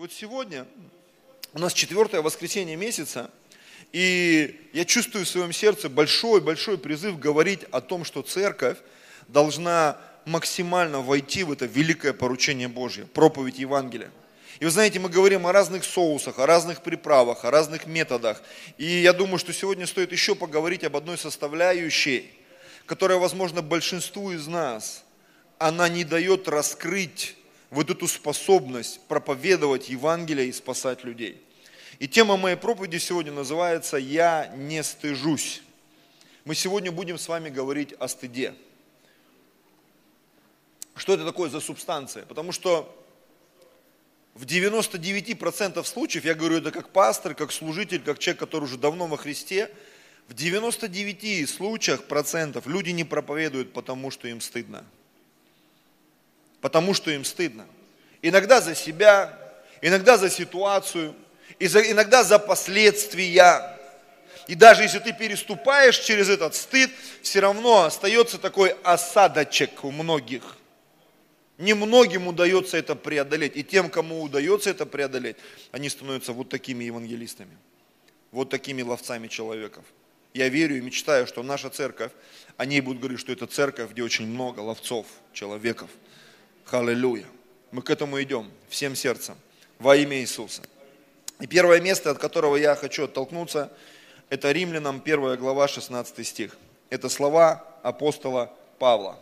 вот сегодня у нас 4-е воскресенье месяца, и я чувствую в своем сердце большой призыв говорить о том, что церковь должна максимально войти в это великое поручение Божье, проповедь Евангелия. И вы знаете, мы говорим о разных соусах, о разных приправах, о разных методах. И я думаю, что сегодня стоит еще поговорить об одной составляющей, которая, возможно, большинству из нас, она не дает раскрыть вот эту способность проповедовать Евангелие и спасать людей. И тема моей проповеди сегодня называется «Я не стыжусь». Мы сегодня будем с вами говорить о стыде. Что это такое за субстанция? Потому что в 99% случаев, я говорю это как пастор, как служитель, как человек, который уже давно во Христе, в 99 случаях процентов люди не проповедуют, потому что им стыдно. Потому что им стыдно. Иногда за себя, иногда за ситуацию, иногда за последствия. И даже если ты переступаешь через этот стыд, все равно остается такой осадочек у многих. Немногим удается это преодолеть. И тем, кому удается это преодолеть, они становятся вот такими евангелистами. Вот такими ловцами человеков. Я верю и мечтаю, что наша церковь, о ней будут говорить, что это церковь, где очень много ловцов, человеков. Аллилуйя. Мы к этому идем всем сердцем во имя Иисуса. И первое место, от которого я хочу оттолкнуться, это Римлянам 1 глава 16 стих. Это слова апостола Павла.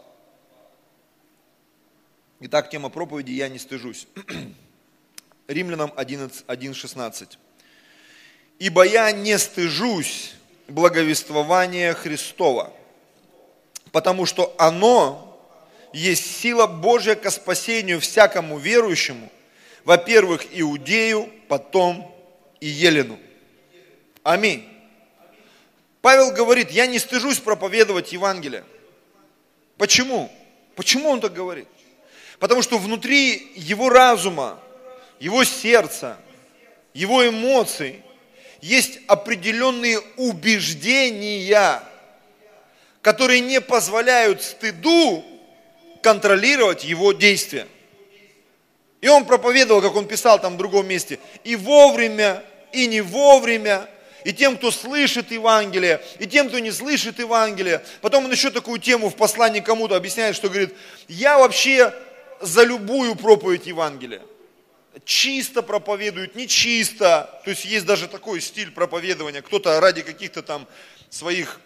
Итак, тема проповеди «Я не стыжусь». Римлянам 1:16. «Ибо я не стыжусь благовествования Христова, потому что оно есть сила Божья ко спасению всякому верующему, во-первых, иудею, потом и елену». Аминь. Павел говорит, я не стыжусь проповедовать Евангелие. Почему? Почему он так говорит? Потому что внутри его разума, его сердца, его эмоций есть определенные убеждения, которые не позволяют стыду контролировать его действия. И он проповедовал, как он писал там в другом месте, и вовремя, и не вовремя, и тем, кто слышит Евангелие, и тем, кто не слышит Евангелие. Потом он еще такую тему в послании кому-то объясняет, что говорит, я вообще за любую проповедь Евангелия. Чисто проповедуют, не чисто. То есть есть даже такой стиль проповедования. Кто-то ради каких-то там своих,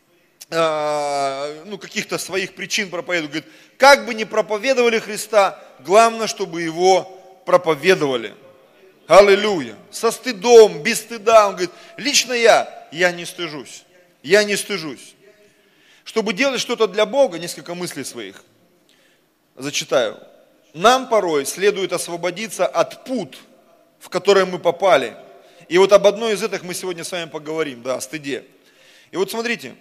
каких-то своих причин проповедует. Говорит, как бы ни проповедовали Христа, главное, чтобы его проповедовали. Аллилуйя. Со стыдом, без стыда. Он говорит, лично я не стыжусь. Я не стыжусь. Чтобы делать что-то для Бога, несколько мыслей своих. Зачитаю. Нам порой следует освободиться от пут, в которые мы попали. И вот об одной из этих мы сегодня с вами поговорим, да, о стыде. И вот смотрите,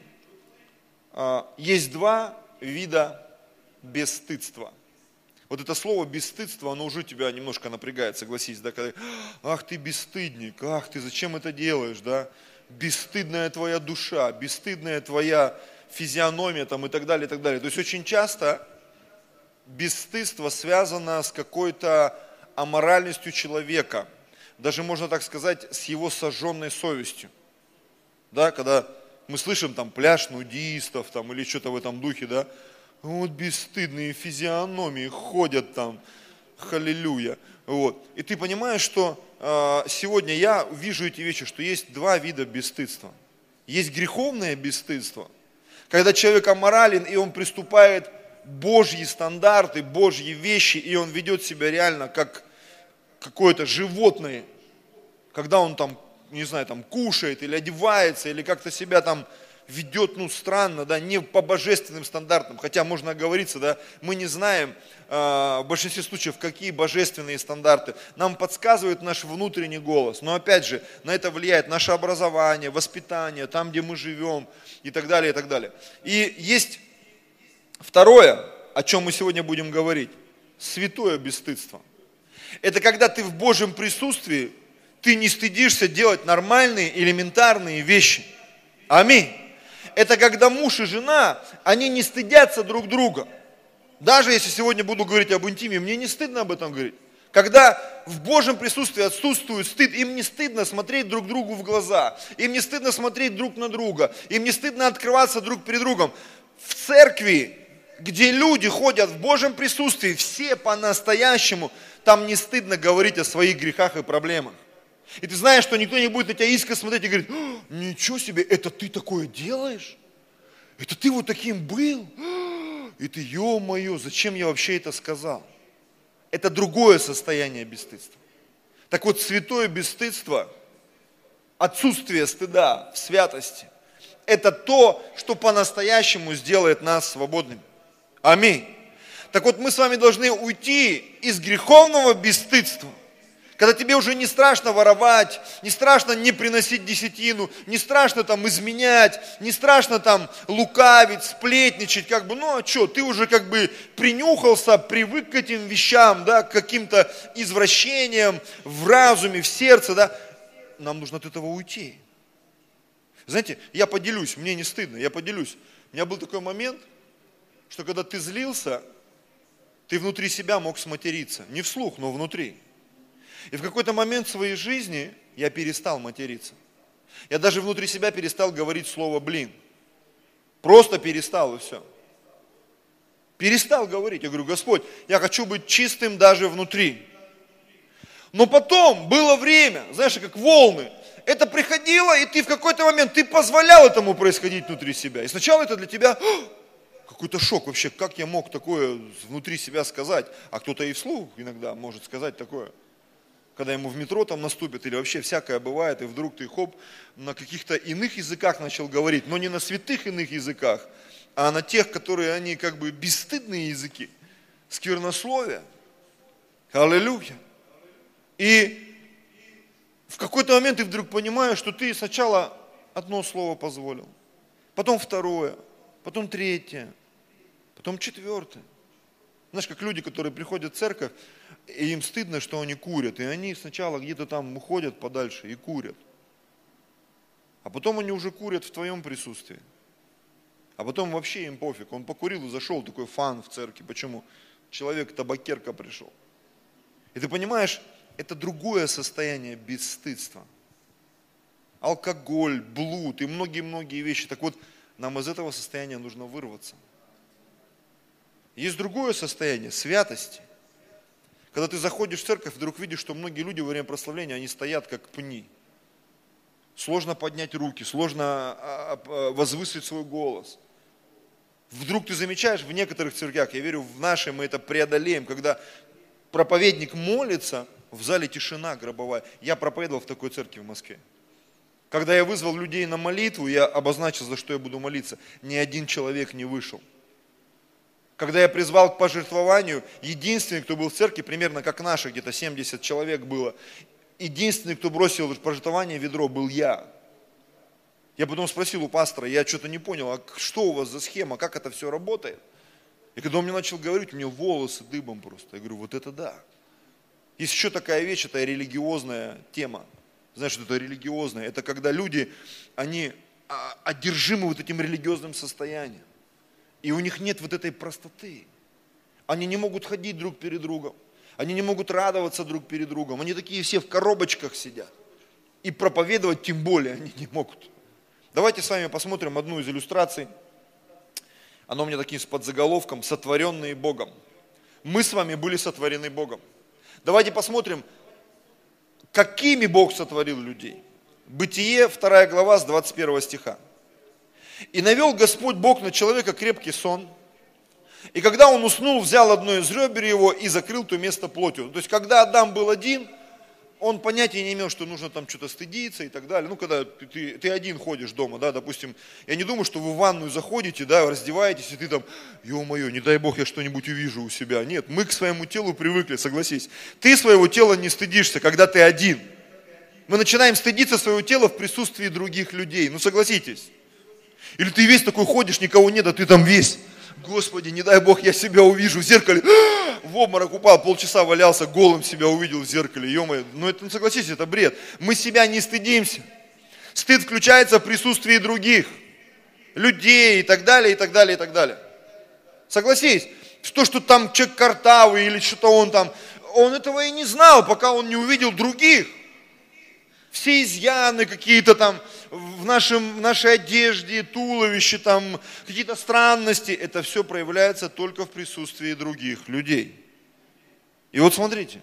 есть два вида бесстыдства. Вот это слово бесстыдство, оно уже тебя немножко напрягает, согласись, да, когда, ах ты бесстыдник, ах ты зачем это делаешь, да, бесстыдная твоя душа, бесстыдная твоя физиономия там и так далее, и так далее. То есть очень часто бесстыдство связано с какой-то аморальностью человека, даже можно так сказать, с его сожженной совестью. Да, когда мы слышим там пляж нудистов там, или что-то в этом духе, да, вот бесстыдные физиономии ходят там, халилюя. Вот. И ты понимаешь, что сегодня я вижу эти вещи, что есть два вида бесстыдства. Есть греховное бесстыдство, когда человек аморален и он приступает Божьи стандарты, Божьи вещи, и он ведет себя реально как какое-то животное, когда он там, не знаю, там кушает или одевается, или как-то себя там ведет, странно, да, не по божественным стандартам, хотя можно оговориться, да, мы не знаем в большинстве случаев, какие божественные стандарты. Нам подсказывает наш внутренний голос, но опять же, на это влияет наше образование, воспитание, там, где мы живем и так далее, и так далее. И есть второе, о чем мы сегодня будем говорить, святое бесстыдство. Это когда ты в Божьем присутствии, ты не стыдишься делать нормальные, элементарные вещи. Аминь. Это когда муж и жена, они не стыдятся друг друга. Даже если сегодня буду говорить об интиме, мне не стыдно об этом говорить. Когда в Божьем присутствии отсутствует стыд, им не стыдно смотреть друг другу в глаза, им не стыдно смотреть друг на друга, им не стыдно открываться друг перед другом. В церкви, где люди ходят в Божьем присутствии, все по-настоящему, там не стыдно говорить о своих грехах и проблемах. И ты знаешь, что никто не будет на тебя искоса смотреть и говорить: ничего себе, это ты такое делаешь? Это ты вот таким был? И ты, ё-моё, зачем я вообще это сказал? Это другое состояние бесстыдства. Так вот, святое бесстыдство, отсутствие стыда в святости, это то, что по-настоящему сделает нас свободными. Аминь. Так вот, мы с вами должны уйти из греховного бесстыдства, когда тебе уже не страшно воровать, не страшно не приносить десятину, не страшно там изменять, не страшно там лукавить, сплетничать, ну а что, ты уже принюхался, привык к этим вещам, да, к каким-то извращениям в разуме, в сердце, да. Нам нужно от этого уйти. Знаете, я поделюсь, мне не стыдно, я поделюсь. У меня был такой момент, что когда ты злился, ты внутри себя мог сматериться. Не вслух, но внутри. И в какой-то момент в своей жизни я перестал материться. Я даже внутри себя перестал говорить слово «блин». Просто перестал, и все. Перестал говорить. Я говорю: Господь, я хочу быть чистым даже внутри. Но потом было время, знаешь, как волны. Это приходило, и ты в какой-то момент, ты позволял этому происходить внутри себя. И сначала это для тебя какой-то шок вообще, как я мог такое внутри себя сказать. А кто-то и вслух иногда может сказать такое. Когда ему в метро там наступит, или вообще всякое бывает, и вдруг ты на каких-то иных языках начал говорить, но не на святых иных языках, а на тех, которые они бесстыдные языки, сквернословие. Аллилуйя. И в какой-то момент ты вдруг понимаешь, что ты сначала одно слово позволил, потом второе, потом третье, потом четвертое. Знаешь, как люди, которые приходят в церковь, и им стыдно, что они курят, и они сначала где-то там уходят подальше и курят. А потом они уже курят в твоем присутствии. А потом вообще им пофиг. Он покурил и зашел, такой фан в церкви. Почему? Человек табакерка пришел. И ты понимаешь, это другое состояние бесстыдства. Алкоголь, блуд и многие-многие вещи. Так вот, нам из этого состояния нужно вырваться. Есть другое состояние святости. Когда ты заходишь в церковь, вдруг видишь, что многие люди во время прославления, они стоят как пни. Сложно поднять руки, сложно возвысить свой голос. Вдруг ты замечаешь в некоторых церквях, я верю, в нашей мы это преодолеем, когда проповедник молится, в зале тишина гробовая. Я проповедовал в такой церкви в Москве. Когда я вызвал людей на молитву, я обозначил, за что я буду молиться, ни один человек не вышел. Когда я призвал к пожертвованию, единственный, кто был в церкви, примерно как наши, где-то 70 человек было, единственный, кто бросил пожертвование в ведро, был я. Я потом спросил у пастора, я что-то не понял, а что у вас за схема, как это все работает? И когда он мне начал говорить, у меня волосы дыбом просто. Я говорю: вот это да. Есть еще такая вещь, это религиозная тема. Знаешь, что это религиозное? Это когда люди, они одержимы вот этим религиозным состоянием. И у них нет вот этой простоты. Они не могут ходить друг перед другом. Они не могут радоваться друг перед другом. Они такие все в коробочках сидят. И проповедовать тем более они не могут. Давайте с вами посмотрим одну из иллюстраций. Оно у меня таким с подзаголовком «Сотворенные Богом». Мы с вами были сотворены Богом. Давайте посмотрим, какими Бог сотворил людей. Бытие, 2 глава, с 21 стиха. «И навел Господь Бог на человека крепкий сон, и когда он уснул, взял одно из ребер его и закрыл то место плотью». То есть, когда Адам был один, он понятия не имел, что нужно там что-то стыдиться и так далее. Когда ты один ходишь дома, да, допустим, я не думаю, что вы в ванную заходите, да, раздеваетесь, и ты там, ё-моё, не дай Бог, я что-нибудь увижу у себя. Нет, мы к своему телу привыкли, согласись. Ты своего тела не стыдишься, когда ты один. Мы начинаем стыдиться своего тела в присутствии других людей, согласитесь. Или ты весь такой ходишь, никого нет, а ты там весь. Господи, не дай Бог, я себя увижу в зеркале. В обморок упал, полчаса валялся, голым себя увидел в зеркале. Ё-моё, это, согласитесь, это бред. Мы себя не стыдимся. Стыд включается в присутствии других. Людей и так далее, и так далее, и так далее. Согласись, то, что там человек картавый или что-то он там он этого и не знал, пока он не увидел других. Все изъяны какие-то там в нашей одежде, туловище, там какие-то странности, это все проявляется только в присутствии других людей. И вот смотрите.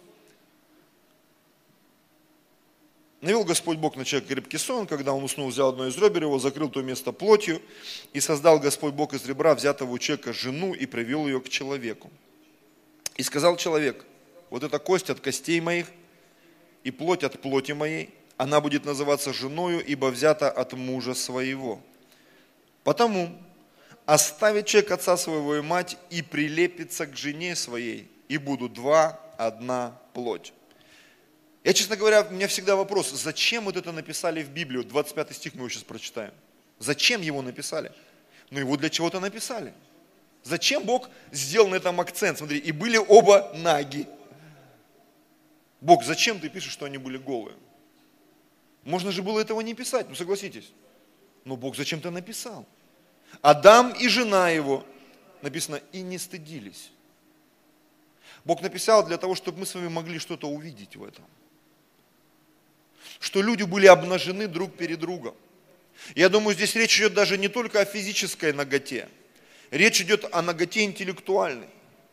Навел Господь Бог на человека крепкий сон, когда он уснул, взял одно из ребер его, закрыл то место плотью, и создал Господь Бог из ребра взятого у человека жену и привел ее к человеку. И сказал человек: вот эта кость от костей моих и плоть от плоти моей, она будет называться женою, ибо взята от мужа своего. Потому оставит человек отца своего и мать и прилепится к жене своей, и будут два, одна плоть. Я, честно говоря, у меня всегда вопрос, зачем вот это написали в Библию? 25 стих мы его сейчас прочитаем. Зачем его написали? Ну его для чего-то написали. Зачем Бог сделал на этом акцент? Смотри, и были оба наги. Бог, зачем ты пишешь, что они были голые? Можно же было этого не писать, ну согласитесь. Но Бог зачем-то написал. Адам и жена его, написано, и не стыдились. Бог написал для того, чтобы мы с вами могли что-то увидеть в этом. Что люди были обнажены друг перед другом. Я думаю, здесь речь идет даже не только о физической наготе. Речь идет о наготе интеллектуальной.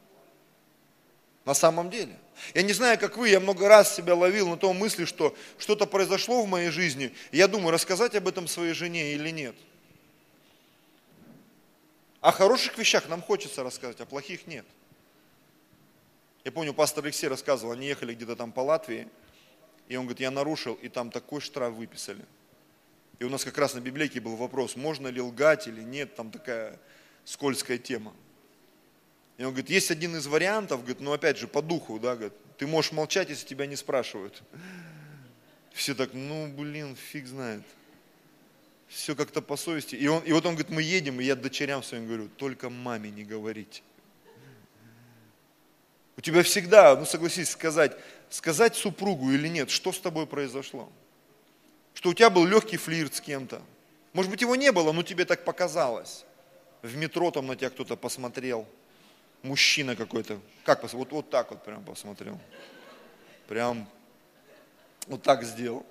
На самом деле. Я не знаю, как вы, я много раз себя ловил на том мысли, что что-то произошло в моей жизни. И я думаю, рассказать об этом своей жене или нет. О хороших вещах нам хочется рассказать, о плохих нет. Я помню, пастор Алексей рассказывал, они ехали где-то там по Латвии, и он говорит, я нарушил, и там такой штраф выписали. И у нас как раз на библейке был вопрос, можно ли лгать или нет, там такая скользкая тема. И он говорит, есть один из вариантов, говорит, ну опять же по духу, да, говорит, ты можешь молчать, если тебя не спрашивают. Все так, фиг знает. Все как-то по совести. И вот он говорит, мы едем, и я дочерям своим говорю, только маме не говорите. У тебя всегда, согласись, сказать супругу или нет, что с тобой произошло. Что у тебя был легкий флирт с кем-то. Может быть, его не было, но тебе так показалось. В метро там на тебя кто-то посмотрел. Мужчина какой-то. Как посмотрел? Вот так вот прям посмотрел. Прям вот так сделал.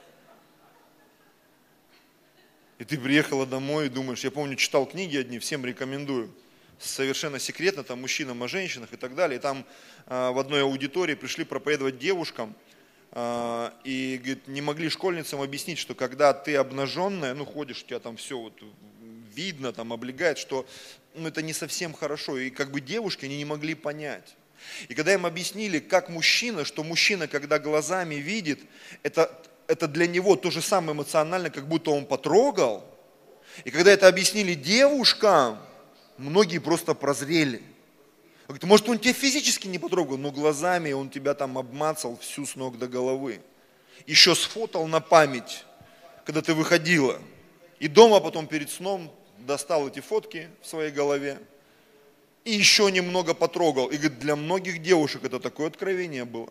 И ты приехала домой и думаешь, я помню, читал книги одни, всем рекомендую. Совершенно секретно, там мужчинам о женщинах и так далее. И там в одной аудитории пришли проповедовать девушкам. И говорит, не могли школьницам объяснить, что когда ты обнаженная, ходишь, у тебя там все вот видно, там облегает, что это не совсем хорошо. И как бы девушки, они не могли понять. И когда им объяснили, как мужчина, что мужчина, когда глазами видит, это для него то же самое эмоционально, как будто он потрогал. И когда это объяснили девушкам, многие просто прозрели. Говорит, может, он тебя физически не потрогал, но глазами он тебя там обмацал всю с ног до головы. Еще сфотал на память, когда ты выходила. И дома потом перед сном достал эти фотки в своей голове. И еще немного потрогал. И говорит, для многих девушек это такое откровение было.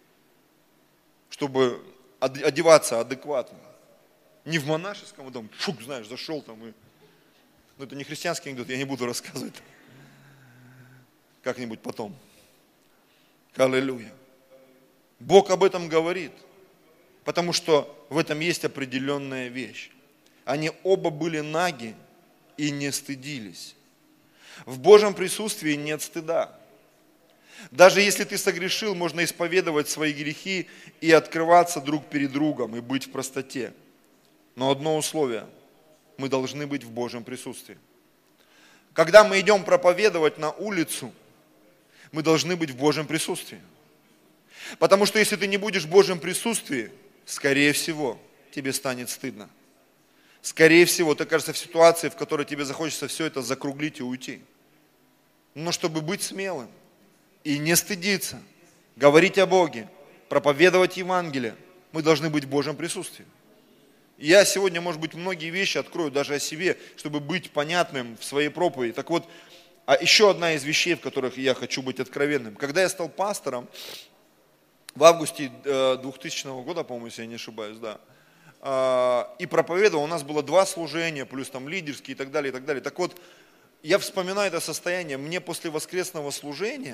Чтобы одеваться адекватно. Не в монашеском, там, зашел там и... это не христианский анекдот, я не буду рассказывать. Как-нибудь потом. Аллилуйя. Бог об этом говорит, потому что в этом есть определенная вещь. Они оба были наги и не стыдились. В Божьем присутствии нет стыда. Даже если ты согрешил, можно исповедовать свои грехи и открываться друг перед другом и быть в простоте. Но одно условие – мы должны быть в Божьем присутствии. Когда мы идем проповедовать на улицу, мы должны быть в Божьем присутствии. Потому что если ты не будешь в Божьем присутствии, скорее всего, тебе станет стыдно. Скорее всего, ты окажешься в ситуации, в которой тебе захочется все это закруглить и уйти. Но чтобы быть смелым и не стыдиться, говорить о Боге, проповедовать Евангелие, мы должны быть в Божьем присутствии. Я сегодня, может быть, многие вещи открою даже о себе, чтобы быть понятным в своей проповеди. Так вот, еще одна из вещей, в которых я хочу быть откровенным. Когда я стал пастором, в августе 2000 года, по-моему, если я не ошибаюсь, да, и проповедовал, у нас было 2 служения, плюс там лидерские и так далее, и так далее. Так вот, я вспоминаю это состояние, мне после воскресного служения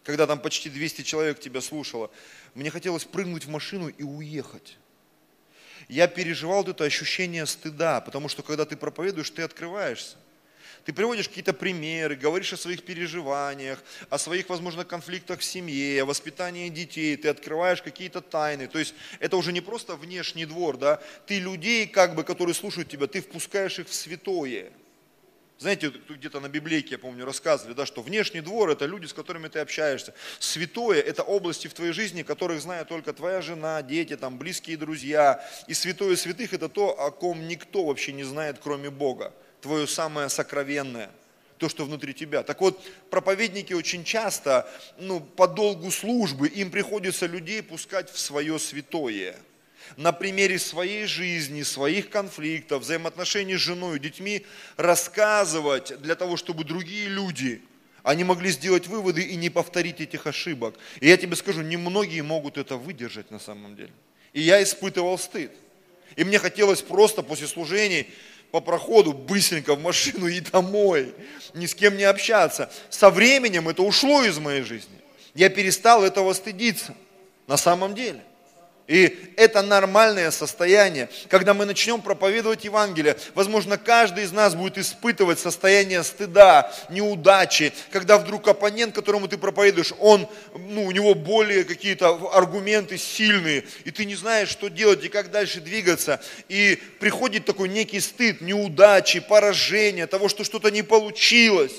когда там почти 200 человек тебя слушало, мне хотелось прыгнуть в машину и уехать. Я переживал вот это ощущение стыда, потому что когда ты проповедуешь, ты открываешься. Ты приводишь какие-то примеры, говоришь о своих переживаниях, о своих, возможно, конфликтах в семье, о воспитании детей, ты открываешь какие-то тайны. То есть это уже не просто внешний двор, да? Ты людей, которые слушают тебя, ты впускаешь их в святое. Знаете, где-то на библейке, я помню, рассказывали, да, что внешний двор – это люди, с которыми ты общаешься. Святое – это области в твоей жизни, которых знает только твоя жена, дети, там, близкие друзья. И святое святых – это то, о ком никто вообще не знает, кроме Бога. Твое самое сокровенное, то, что внутри тебя. Так вот, проповедники очень часто, по долгу службы, им приходится людей пускать в свое святое. На примере своей жизни, своих конфликтов, взаимоотношений с женой, детьми рассказывать для того, чтобы другие люди, они могли сделать выводы и не повторить этих ошибок. И я тебе скажу, немногие могут это выдержать на самом деле. И я испытывал стыд. И мне хотелось просто после служений по проходу быстренько в машину и домой, ни с кем не общаться. Со временем это ушло из моей жизни. Я перестал этого стыдиться на самом деле. И это нормальное состояние. Когда мы начнем проповедовать Евангелие, возможно, каждый из нас будет испытывать состояние стыда, неудачи, когда вдруг оппонент, которому ты проповедуешь, у него более какие-то аргументы сильные, и ты не знаешь, что делать и как дальше двигаться. И приходит такой некий стыд, неудачи, поражения, того, что что-то не получилось.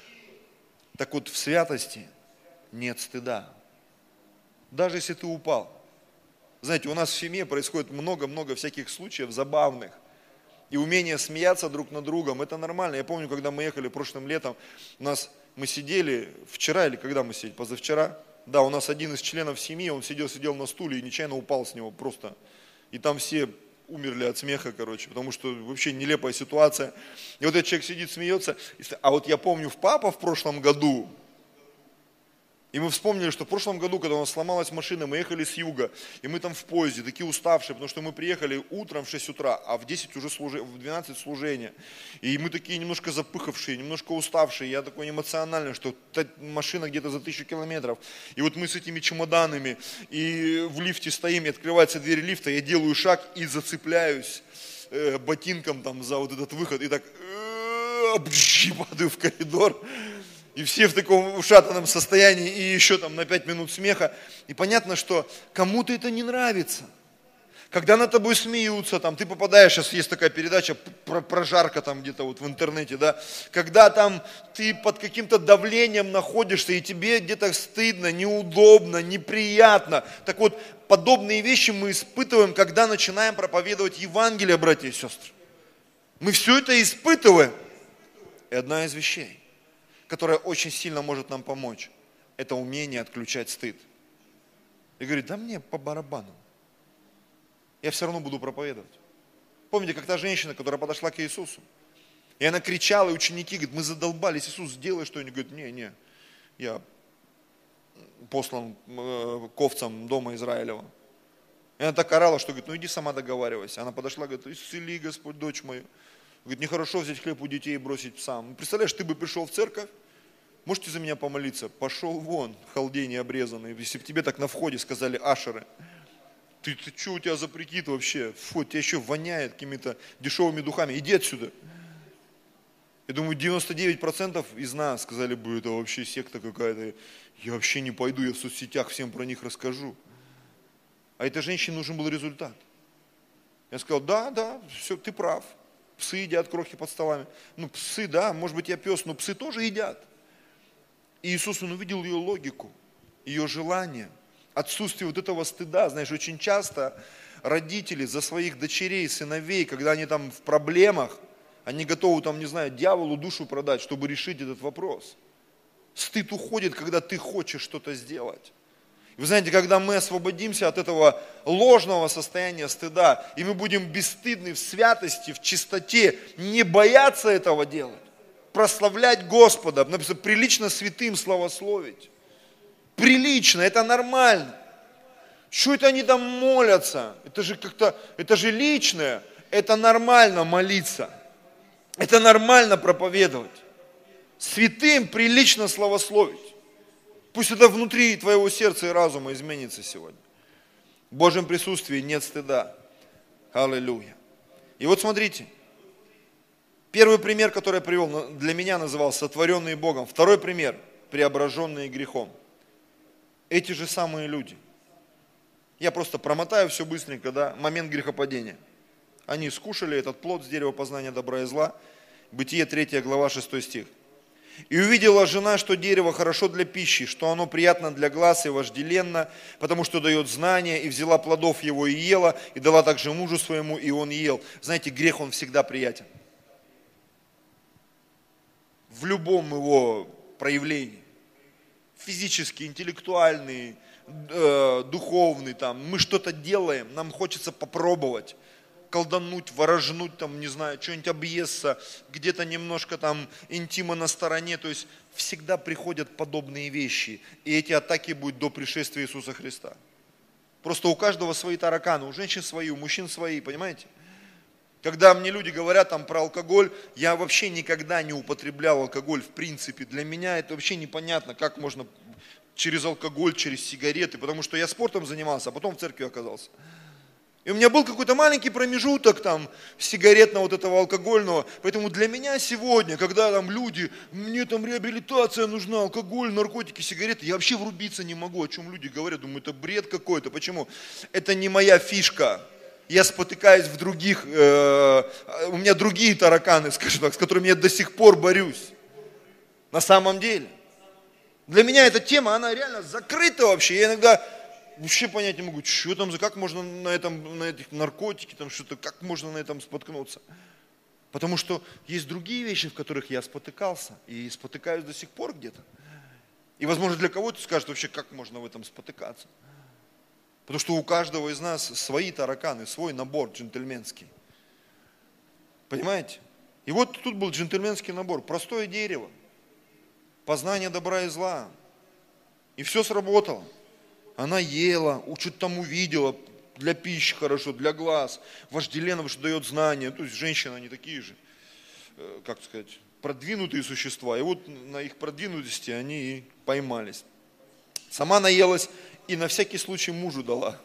Так вот, в святости нет стыда. Даже если ты упал. Знаете, у нас в семье происходит много-много всяких случаев забавных. И умение смеяться друг над другом, это нормально. Я помню, когда мы ехали прошлым летом, мы сидели, вчера или когда мы сидели, позавчера, да, у нас один из членов семьи, он сидел на стуле и нечаянно упал с него просто. И там все умерли от смеха, потому что вообще нелепая ситуация. И вот этот человек сидит, смеется. А вот я помню, папа в прошлом году, и мы вспомнили, что в прошлом году, когда у нас сломалась машина, мы ехали с юга, и мы там в поезде, такие уставшие, потому что мы приехали утром в 6 утра, а в 10 уже в 12 служение. И мы такие немножко запыхавшие, немножко уставшие, я такой эмоциональный, что машина где-то за 1000 километров. И вот мы с этими чемоданами, и в лифте стоим, и открывается дверь лифта, я делаю шаг и зацепляюсь ботинком там за вот этот выход, и так падаю в коридор. И все в таком ушатанном состоянии, и еще там на 5 минут смеха. И понятно, что кому-то это не нравится. Когда над тобой смеются, там, ты попадаешь, сейчас есть такая передача прожарка там где-то вот в интернете, да, когда там ты под каким-то давлением находишься, и тебе где-то стыдно, неудобно, неприятно. Так вот, подобные вещи мы испытываем, когда начинаем проповедовать Евангелие, братья и сестры. Мы все это испытываем. И одна из вещей, которая очень сильно может нам помочь, это умение отключать стыд. И говорит, да мне по барабану. Я все равно буду проповедовать. Помните, как та женщина, которая подошла к Иисусу, и она кричала, и ученики говорят, мы задолбались, Иисус, сделай что-нибудь. Говорит, не, я послан к овцам дома Израилева. И она так орала, что говорит, иди сама договаривайся. Она подошла, говорит, исцели, Господь, дочь мою. Говорит, нехорошо взять хлеб у детей и бросить псам. Представляешь, ты бы пришел в церковь, можете за меня помолиться? Пошел вон, халдей необрезанный. Если бы тебе так на входе сказали ашеры. Ты что у тебя за прикид вообще? Фу, тебя еще воняет какими-то дешевыми духами. Иди отсюда. Я думаю, 99% из нас сказали бы, это вообще секта какая-то. Я вообще не пойду, я в соцсетях всем про них расскажу. А этой женщине нужен был результат. Я сказал, да, все, ты прав. Псы едят крохи под столами. Псы, да, может быть я пес, но псы тоже едят. И Иисус, Он увидел ее логику, ее желание, отсутствие вот этого стыда. Знаешь, очень часто родители за своих дочерей, сыновей, когда они там в проблемах, они готовы там, не знаю, дьяволу душу продать, чтобы решить этот вопрос. Стыд уходит, когда ты хочешь что-то сделать. И вы знаете, когда мы освободимся от этого ложного состояния стыда, и мы будем бесстыдны в святости, в чистоте, не бояться этого делать, прославлять Господа, написано, прилично святым славословить. Прилично, это нормально. Что это они там молятся? Это же как-то, это же личное. Это нормально молиться. Это нормально проповедовать. Святым прилично славословить. Пусть это внутри твоего сердца и разума изменится сегодня. В Божьем присутствии нет стыда. Аллилуйя. И вот смотрите. Первый пример, который я привел, для меня назывался «Сотворенные Богом». Второй пример – «Преображенные грехом». Эти же самые люди. Я просто промотаю все быстренько, да, момент грехопадения. Они скушали этот плод с дерева познания добра и зла. Бытие 3 глава 6 стих. «И увидела жена, что дерево хорошо для пищи, что оно приятно для глаз и вожделенно, потому что дает знания, и взяла плодов его и ела, и дала также мужу своему, и он ел». Знаете, грех, он всегда приятен. В любом его проявлении. Физический, интеллектуальный, духовный, там, мы что-то делаем, нам хочется попробовать. Колдануть, ворожнуть, там, не знаю, что-нибудь объесться, где-то немножко там интима на стороне. То есть всегда приходят подобные вещи. И эти атаки будут до пришествия Иисуса Христа. Просто у каждого свои тараканы, у женщин свои, у мужчин свои, понимаете? Когда мне люди говорят там про алкоголь, я вообще никогда не употреблял алкоголь в принципе. Для меня это вообще непонятно, как можно через алкоголь, через сигареты, потому что я спортом занимался, а потом в церкви оказался. И у меня был какой-то маленький промежуток там сигаретного вот этого алкогольного. Поэтому для меня сегодня, когда там люди, мне там реабилитация нужна, алкоголь, наркотики, сигареты, я вообще врубиться не могу, о чем люди говорят. Думаю, это бред какой-то. Почему? Это не моя фишка. Я спотыкаюсь в других, у меня другие тараканы, скажем так, с которыми я до сих пор борюсь. На самом деле. Для меня эта тема, она реально закрыта вообще. Я иногда вообще понять не могу, что там, как можно на этих наркотики, там что-то, как можно на этом споткнуться. Потому что есть другие вещи, в которых я спотыкался и спотыкаюсь до сих пор где-то. И возможно для кого-то скажет вообще, как можно в этом спотыкаться. Потому что у каждого из нас свои тараканы, свой набор джентльменский. Понимаете? И вот тут был джентльменский набор. Простое дерево, познание добра и зла. И все сработало. Она ела, что-то там увидела, для пищи хорошо, для глаз. Вожделенно, что дает знания. То есть женщины, они такие же, как сказать, продвинутые существа. И вот на их продвинутости они и поймались. Сама наелась и на всякий случай мужу дала.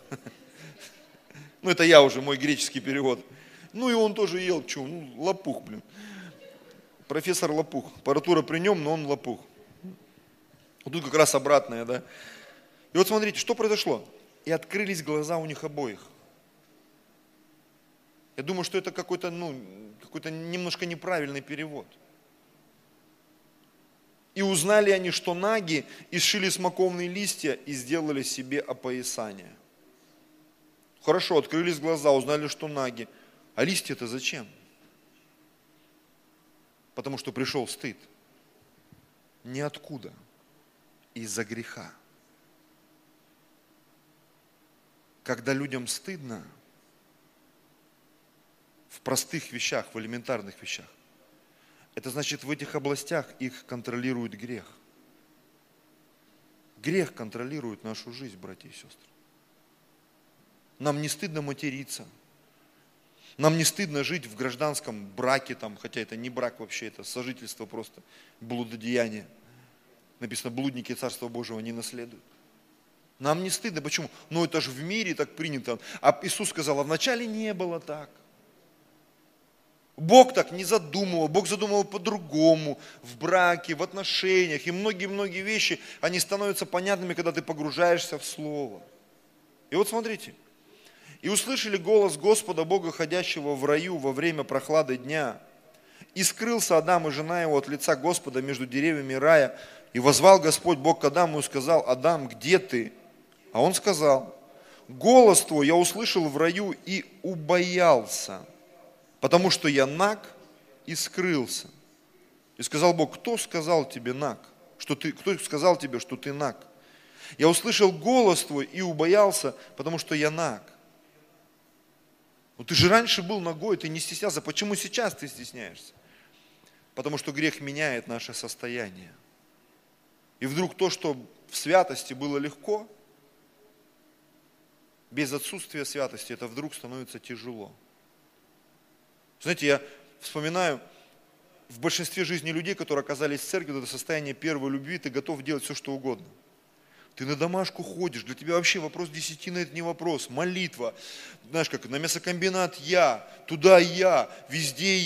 Ну это я уже, мой греческий перевод. Ну и он тоже ел, что, ну лопух, блин. Профессор лопух. Аппаратура при нем, но он лопух. Вот тут как раз обратное, да. И вот смотрите, что произошло. И открылись глаза у них обоих. Я думаю, что это какой-то немножко неправильный перевод. И узнали они, что наги, и сшили смоковные листья и сделали себе опоясание. Хорошо, открылись глаза, узнали, что наги. А листья-то зачем? Потому что пришел стыд. Ниоткуда. Из-за греха. Когда людям стыдно в простых вещах, в элементарных вещах, это значит, в этих областях их контролирует грех. Грех контролирует нашу жизнь, братья и сестры. Нам не стыдно материться. Нам не стыдно жить в гражданском браке, там, хотя это не брак вообще, это сожительство просто, блудодеяние. Написано, блудники Царства Божьего не наследуют. Нам не стыдно. Почему? Ну это же в мире так принято. А Иисус сказал, а вначале не было так. Бог так не задумывал, Бог задумывал по-другому, в браке, в отношениях. И многие-многие вещи, они становятся понятными, когда ты погружаешься в Слово. И вот смотрите. И услышали голос Господа Бога, ходящего в раю во время прохлады дня. И скрылся Адам и жена его от лица Господа между деревьями рая. И воззвал Господь Бог к Адаму и сказал, Адам, где ты? А он сказал, голос твой я услышал в раю и убоялся, потому что я наг и скрылся. И сказал Бог, кто сказал тебе наг? Кто сказал тебе, что ты наг? Я услышал голос твой и убоялся, потому что я наг. Ну ты же раньше был нагой, ты не стеснялся. Почему сейчас ты стесняешься? Потому что грех меняет наше состояние. И вдруг то, что в святости было легко, без отсутствия святости, это вдруг становится тяжело. Знаете, я вспоминаю, в большинстве жизни людей, которые оказались в церкви, это состояние первой любви, ты готов делать все, что угодно. Ты на домашку ходишь, для тебя вообще вопрос десятины это не вопрос, молитва. Знаешь, как на мясокомбинат туда везде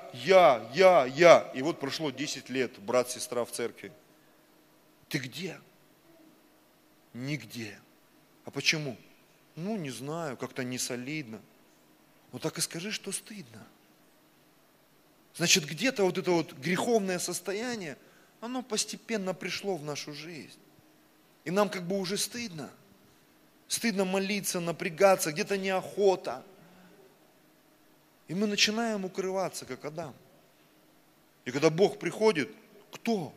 я. И вот прошло 10 лет, брат, сестра в церкви. Ты где? Нигде. А почему? Ну, не знаю, как-то не солидно. Ну так и скажи, что стыдно. Значит, где-то вот это вот греховное состояние, оно постепенно пришло в нашу жизнь. И нам как бы уже стыдно. Стыдно молиться, напрягаться, где-то неохота. И мы начинаем укрываться, как Адам. И когда Бог приходит, кто?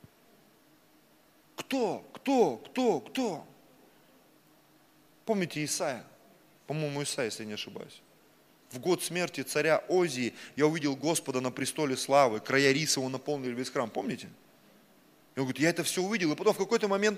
Кто? Помните Исаия? По-моему, Исаия, если не ошибаюсь. В год смерти царя Озии я увидел Господа на престоле славы, края риса его наполнили весь храм. Помните? И он говорит, я это все увидел, и потом в какой-то момент,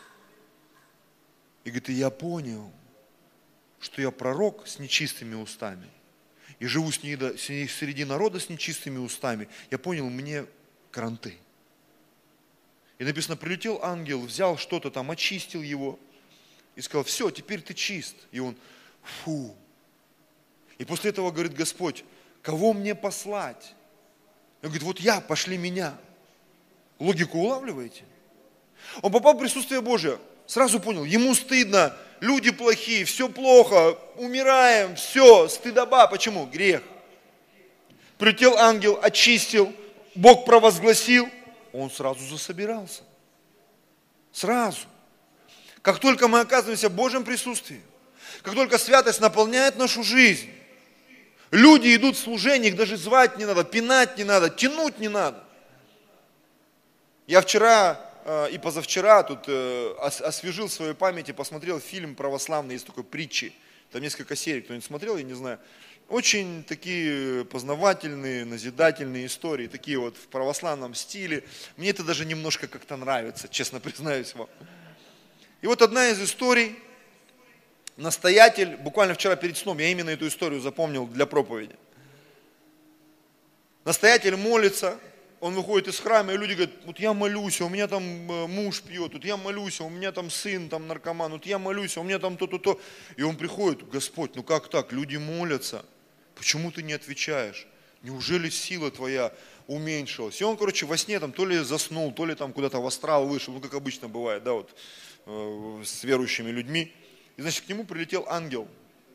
и говорит, и я понял, что я пророк с нечистыми устами, и живу среди народа с нечистыми устами. Я понял, мне кранты. И написано, прилетел ангел, взял что-то там, очистил его, и сказал, все, теперь ты чист. И он, фу. И после этого говорит Господь, кого мне послать? Он говорит, вот я, пошли меня. Логику улавливаете? Он попал в присутствие Божие, сразу понял, ему стыдно, люди плохие, все плохо, умираем, все, стыдоба. Почему? Грех. Прилетел ангел, очистил, Бог провозгласил, он сразу засобирался. Сразу. Как только мы оказываемся в Божьем присутствии, как только святость наполняет нашу жизнь, люди идут в служение, их даже звать не надо, пинать не надо, тянуть не надо. Я вчера и позавчера тут освежил в своей памяти, посмотрел фильм православный, есть такой притчи, там несколько серий, кто-нибудь смотрел, я не знаю. Очень такие познавательные, назидательные истории, такие вот в православном стиле. Мне это даже немножко как-то нравится, честно признаюсь вам. И вот одна из историй, настоятель, буквально вчера перед сном, я именно эту историю запомнил для проповеди. Настоятель молится, он выходит из храма, и люди говорят, вот я молюсь, а у меня там муж пьет, вот я молюсь, а у меня там сын там наркоман, вот я молюсь, а у меня там то. И он приходит, Господь, ну как так, люди молятся, почему ты не отвечаешь? Неужели сила твоя уменьшилась? И он, во сне там то ли заснул, то ли там куда-то в астрал вышел, ну как обычно бывает, да, вот с верующими людьми. И значит, к нему прилетел ангел.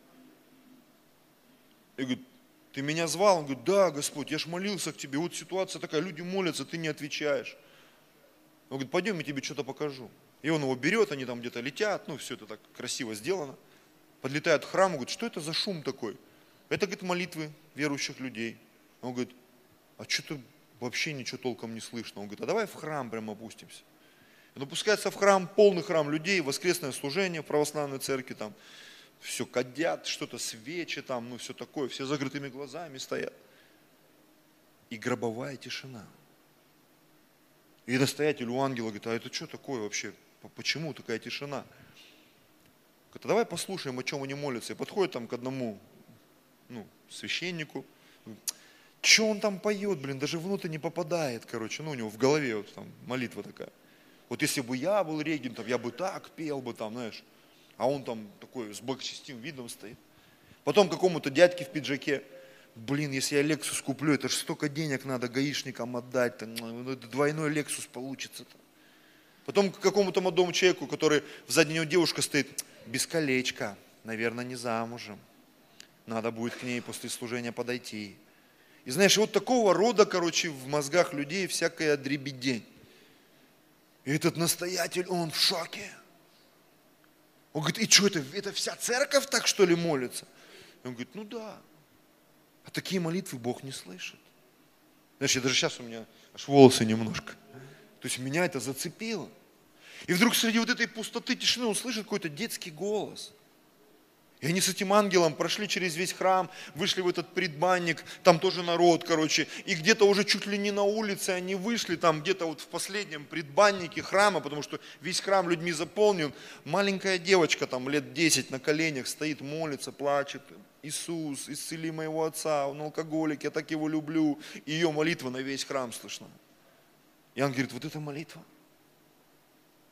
И говорит, ты меня звал? Он говорит, да, Господь, я ж молился к тебе, вот ситуация такая, люди молятся, ты не отвечаешь. Он говорит, пойдем, я тебе что-то покажу. И он его берет, они там где-то летят, ну все это так красиво сделано. Подлетают к храму, говорит, что это за шум такой? Это, говорит, молитвы верующих людей. Он говорит, а что-то вообще ничего толком не слышно. Он говорит, а давай в храм прямо опустимся. Он опускается в храм, полный храм людей, воскресное служение в православной церкви, там все кадят, что-то свечи там, ну все такое, все закрытыми глазами стоят. И гробовая тишина. И настоятель у ангела говорит, а это что такое вообще? Почему такая тишина? Говорит, а давай послушаем, о чем они молятся. И подходит там к одному священнику. Что он там поет, даже внутрь не попадает, у него в голове вот там молитва такая. Вот если бы я был регентом, я бы так пел бы там, знаешь. А он там такой с благочестивым видом стоит. Потом какому-то дядьке в пиджаке, если я Lexus куплю, это же столько денег надо гаишникам отдать, двойной Lexus получится-то. Потом к какому-то молодому человеку, который сзади него девушка стоит, без колечка, наверное, не замужем. Надо будет к ней после служения подойти. И знаешь, вот такого рода, в мозгах людей всякая дребедень. И этот настоятель, он в шоке. Он говорит, и что это вся церковь так что ли молится? И он говорит, ну да. А такие молитвы Бог не слышит. Знаешь, даже сейчас у меня аж волосы немножко. То есть меня это зацепило. И вдруг среди вот этой пустоты, тишины он слышит какой-то детский голос. И они с этим ангелом прошли через весь храм, вышли в этот предбанник, там тоже народ, и где-то уже чуть ли не на улице они вышли, там где-то вот в последнем предбаннике храма, потому что весь храм людьми заполнен. Маленькая девочка там лет 10 на коленях стоит, молится, плачет. Иисус, исцели моего отца, он алкоголик, я так его люблю. И ее молитва на весь храм слышна. И ангел говорит, вот это молитва.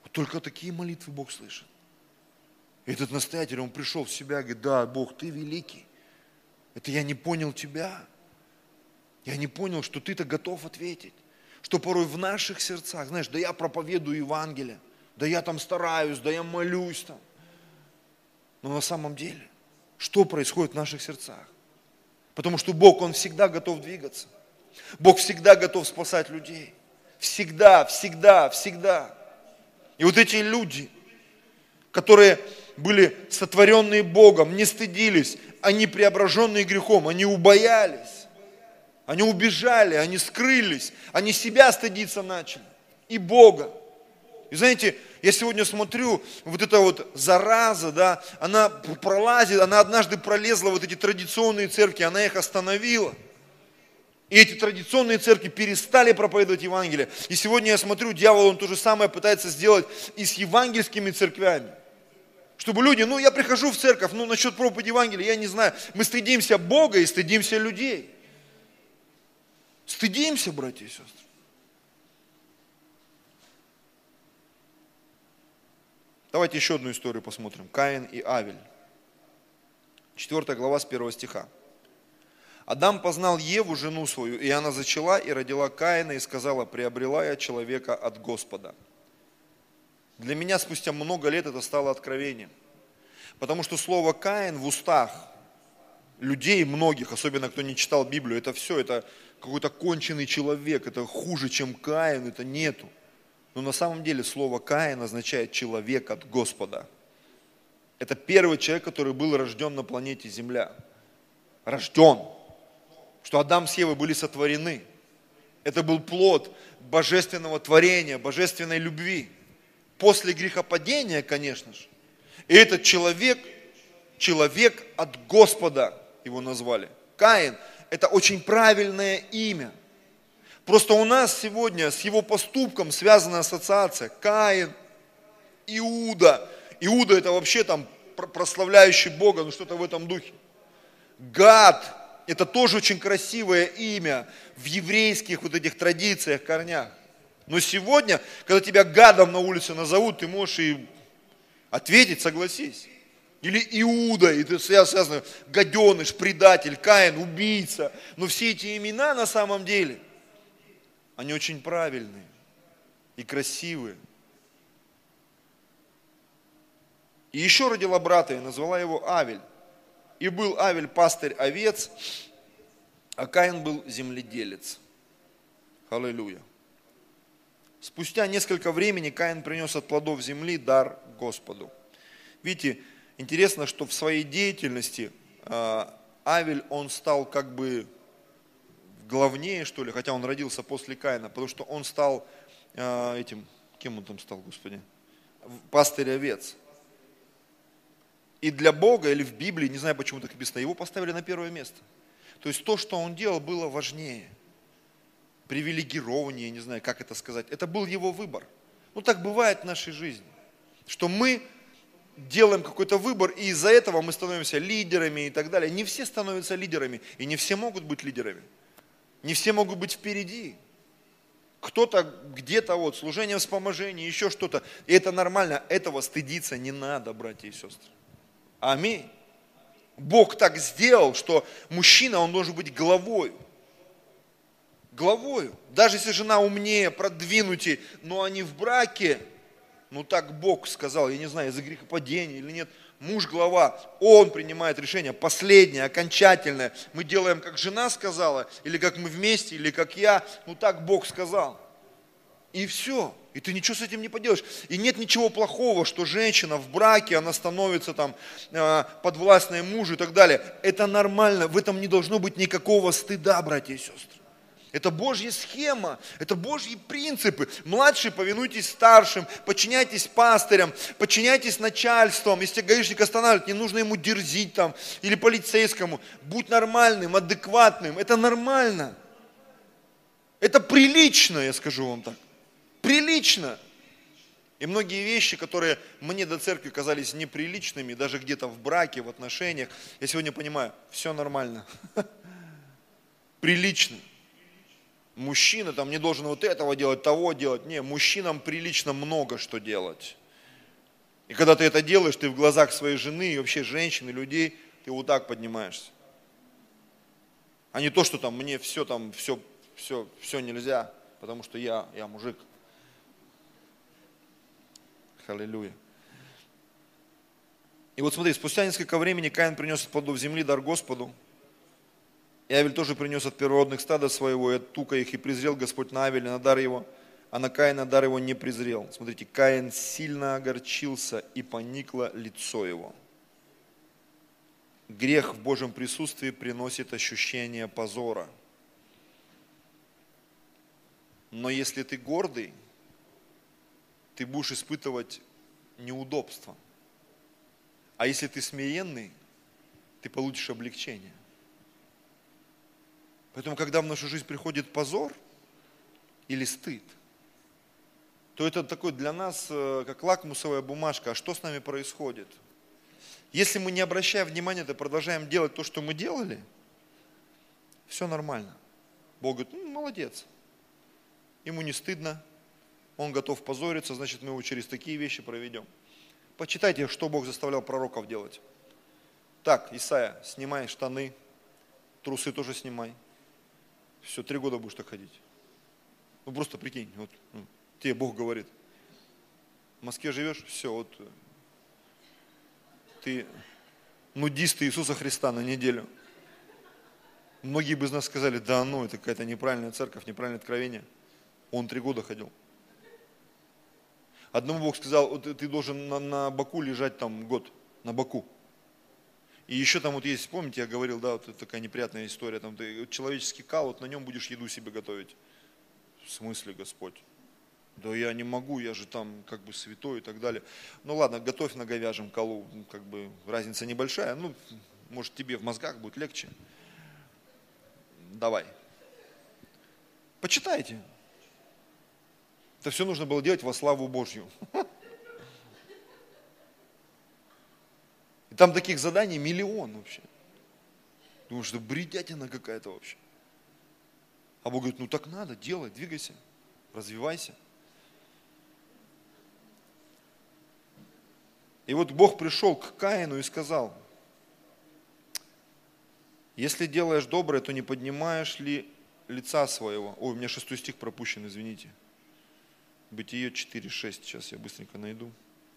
Только такие молитвы Бог слышит. И этот настоятель, он пришел в себя и говорит, да, Бог, ты великий. Это я не понял тебя. Я не понял, что ты-то готов ответить. Что порой в наших сердцах, знаешь, да я проповедую Евангелие, да я там стараюсь, да я молюсь там. Но на самом деле, что происходит в наших сердцах? Потому что Бог, Он всегда готов двигаться. Бог всегда готов спасать людей. Всегда, всегда, всегда. И вот эти люди, которые были сотворенные Богом, не стыдились, они преображенные грехом, они убоялись, они убежали, они скрылись, они себя стыдиться начали и Бога. И знаете, я сегодня смотрю, вот эта вот зараза, да, она пролазит, она однажды пролезла в вот эти традиционные церкви, она их остановила. И эти традиционные церкви перестали проповедовать Евангелие. И сегодня я смотрю, дьявол, он то же самое пытается сделать и с евангельскими церквями. Чтобы люди, я прихожу в церковь, насчет проповеди Евангелия, я не знаю. Мы стыдимся Бога и стыдимся людей. Стыдимся, братья и сестры. Давайте еще одну историю посмотрим. Каин и Авель. 4 глава с 1 стиха. Адам познал Еву, жену свою, и она зачала и родила Каина, и сказала, приобрела я человека от Господа. Для меня спустя много лет это стало откровением. Потому что слово Каин в устах людей многих, особенно кто не читал Библию, это все, это какой-то конченый человек, это хуже, чем Каин, это нету. Но на самом деле слово Каин означает человек от Господа. Это первый человек, который был рожден на планете Земля. Рожден. Что Адам с Евой были сотворены. Это был плод божественного творения, божественной любви. После грехопадения, конечно же. И этот человек от Господа его назвали. Каин – это очень правильное имя. Просто у нас сегодня с его поступком связана ассоциация. Каин, Иуда. Иуда – это вообще там прославляющий Бога, что-то в этом духе. Гад. Это тоже очень красивое имя в еврейских вот этих традициях, корнях. Но сегодня, когда тебя гадом на улице назовут, ты можешь и ответить, согласись. Или Иуда, и ты связано, гаденыш, предатель, Каин, убийца. Но все эти имена на самом деле, они очень правильные и красивые. И еще родила брата и назвала его Авель. И был Авель пастырь овец, а Каин был земледелец. Аллилуйя. Спустя несколько времени Каин принес от плодов земли дар Господу. Видите, интересно, что в своей деятельности Авель, он стал как бы главнее, что ли, хотя он родился после Каина, потому что он стал кем он там стал, Господи? Пастырь овец. И для Бога, или в Библии, не знаю, почему так написано, его поставили на первое место. То есть то, что он делал, было важнее. Привилегирование, не знаю, как это сказать. Это был его выбор. Так бывает в нашей жизни, что мы делаем какой-то выбор, и из-за этого мы становимся лидерами и так далее. Не все становятся лидерами, и не все могут быть лидерами. Не все могут быть впереди. Кто-то где-то служение вспоможения, еще что-то. И это нормально, этого стыдиться не надо, братья и сестры. Аминь. Бог так сделал, что мужчина, он должен быть главой. Главою. Даже если жена умнее, продвинутее, но они в браке, так Бог сказал, я не знаю, из-за грехопадения или нет, муж глава, он принимает решение, последнее, окончательное. Мы делаем, как жена сказала, или как мы вместе, или как я, так Бог сказал. И все. И ты ничего с этим не поделаешь. И нет ничего плохого, что женщина в браке, она становится подвластной мужу и так далее. Это нормально, в этом не должно быть никакого стыда, братья и сестры. Это Божья схема, это Божьи принципы. Младшие, повинуйтесь старшим, подчиняйтесь пастырям, подчиняйтесь начальствам. Если тебя гаишник останавливает, не нужно ему дерзить или полицейскому. Будь нормальным, адекватным, это нормально. Это прилично, я скажу вам так. Прилично. И многие вещи, которые мне до церкви казались неприличными, даже где-то в браке, в отношениях, я сегодня понимаю, все нормально. Прилично. Мужчина там не должен вот этого делать, того делать. Не, мужчинам прилично много что делать. И когда ты это делаешь, ты в глазах своей жены и вообще женщин и людей, ты вот так поднимаешься. А не то, что там мне все нельзя, потому что я мужик. Аллилуйя. И вот смотри, спустя несколько времени Каин принес от плодов земли дар Господу. И Авель тоже принес от первородных стада своего, и от тука их, и презрел Господь на Авеля, на дар его, а на Каина дар его не презрел. Смотрите, Каин сильно огорчился, и поникло лицо его. Грех в Божьем присутствии приносит ощущение позора. Но если ты гордый, ты будешь испытывать неудобства. А если ты смиренный, ты получишь облегчение. Поэтому, когда в нашу жизнь приходит позор или стыд, то это такой для нас, как лакмусовая бумажка, а что с нами происходит? Если мы, не обращая внимания, то продолжаем делать то, что мы делали, все нормально. Бог говорит, молодец, ему не стыдно, он готов позориться, значит, мы его через такие вещи проведем. Почитайте, что Бог заставлял пророков делать. Так, Исайя, снимай штаны, трусы тоже снимай. Все, 3 года будешь так ходить. Просто прикинь, вот тебе Бог говорит. В Москве живешь, все, вот ты нудист Иисуса Христа на неделю. Многие бы из нас сказали, да это какая-то неправильная церковь, неправильное откровение. Он 3 года ходил. Одному Бог сказал, вот ты должен на боку лежать там год, на боку. И еще там вот есть, помните, я говорил, да, вот такая неприятная история, там ты человеческий кал, вот на нем будешь еду себе готовить. В смысле, Господь? Да я не могу, я же там как бы святой и так далее. Ну ладно, готовь на говяжьем колу, как бы разница небольшая, может тебе в мозгах будет легче. Давай. Почитайте. Это все нужно было делать во славу Божью. И там таких заданий миллион вообще. Думаю, что бредятина какая-то вообще. А Бог говорит, так надо, делай, двигайся, развивайся. И вот Бог пришел к Каину и сказал, если делаешь доброе, то не поднимаешь ли лица своего? Ой, у меня 6 стих пропущен, извините. Бытие 4:6, сейчас я быстренько найду.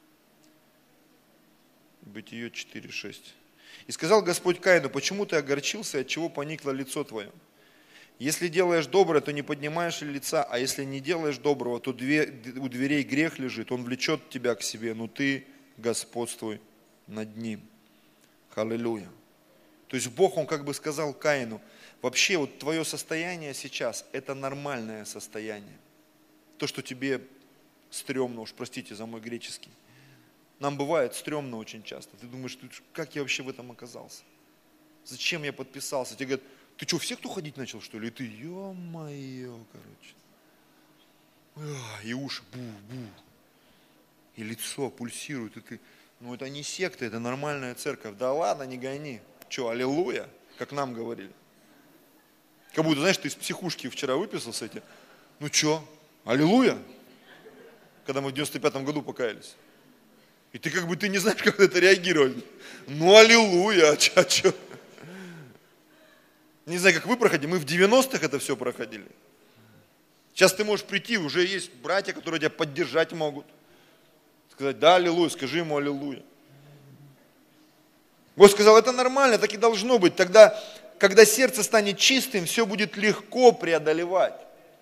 Бытие 4:6. И сказал Господь Каину, почему ты огорчился, от чего поникло лицо твое? Если делаешь доброе, то не поднимаешь ли лица, а если не делаешь доброго, то у дверей грех лежит, он влечет тебя к себе, но ты господствуй над ним. Аллилуйя. То есть Бог, Он как бы сказал Каину, вообще вот твое состояние сейчас, это нормальное состояние. То, что тебе стрёмно, уж простите за мой греческий. Нам бывает стрёмно очень часто. Ты думаешь, как я вообще в этом оказался? Зачем я подписался? Тебе говорят, ты что, в секту ходить начал, что ли? И ты, ё-моё, и уши, бу-бу. И лицо пульсирует. И ты, это не секта, это нормальная церковь. Да ладно, не гони. Что, аллилуйя, как нам говорили. Как будто, знаешь, ты из психушки вчера выписался эти. Что, аллилуйя? Когда мы в 95-м году покаялись. И ты ты не знаешь, как на это реагировать. Аллилуйя, а чё? Не знаю, как вы проходили, мы в 90-х это все проходили. Сейчас ты можешь прийти, уже есть братья, которые тебя поддержать могут. Сказать, да, аллилуйя, скажи ему аллилуйя. Бог сказал, это нормально, так и должно быть. Тогда, когда сердце станет чистым, все будет легко преодолевать.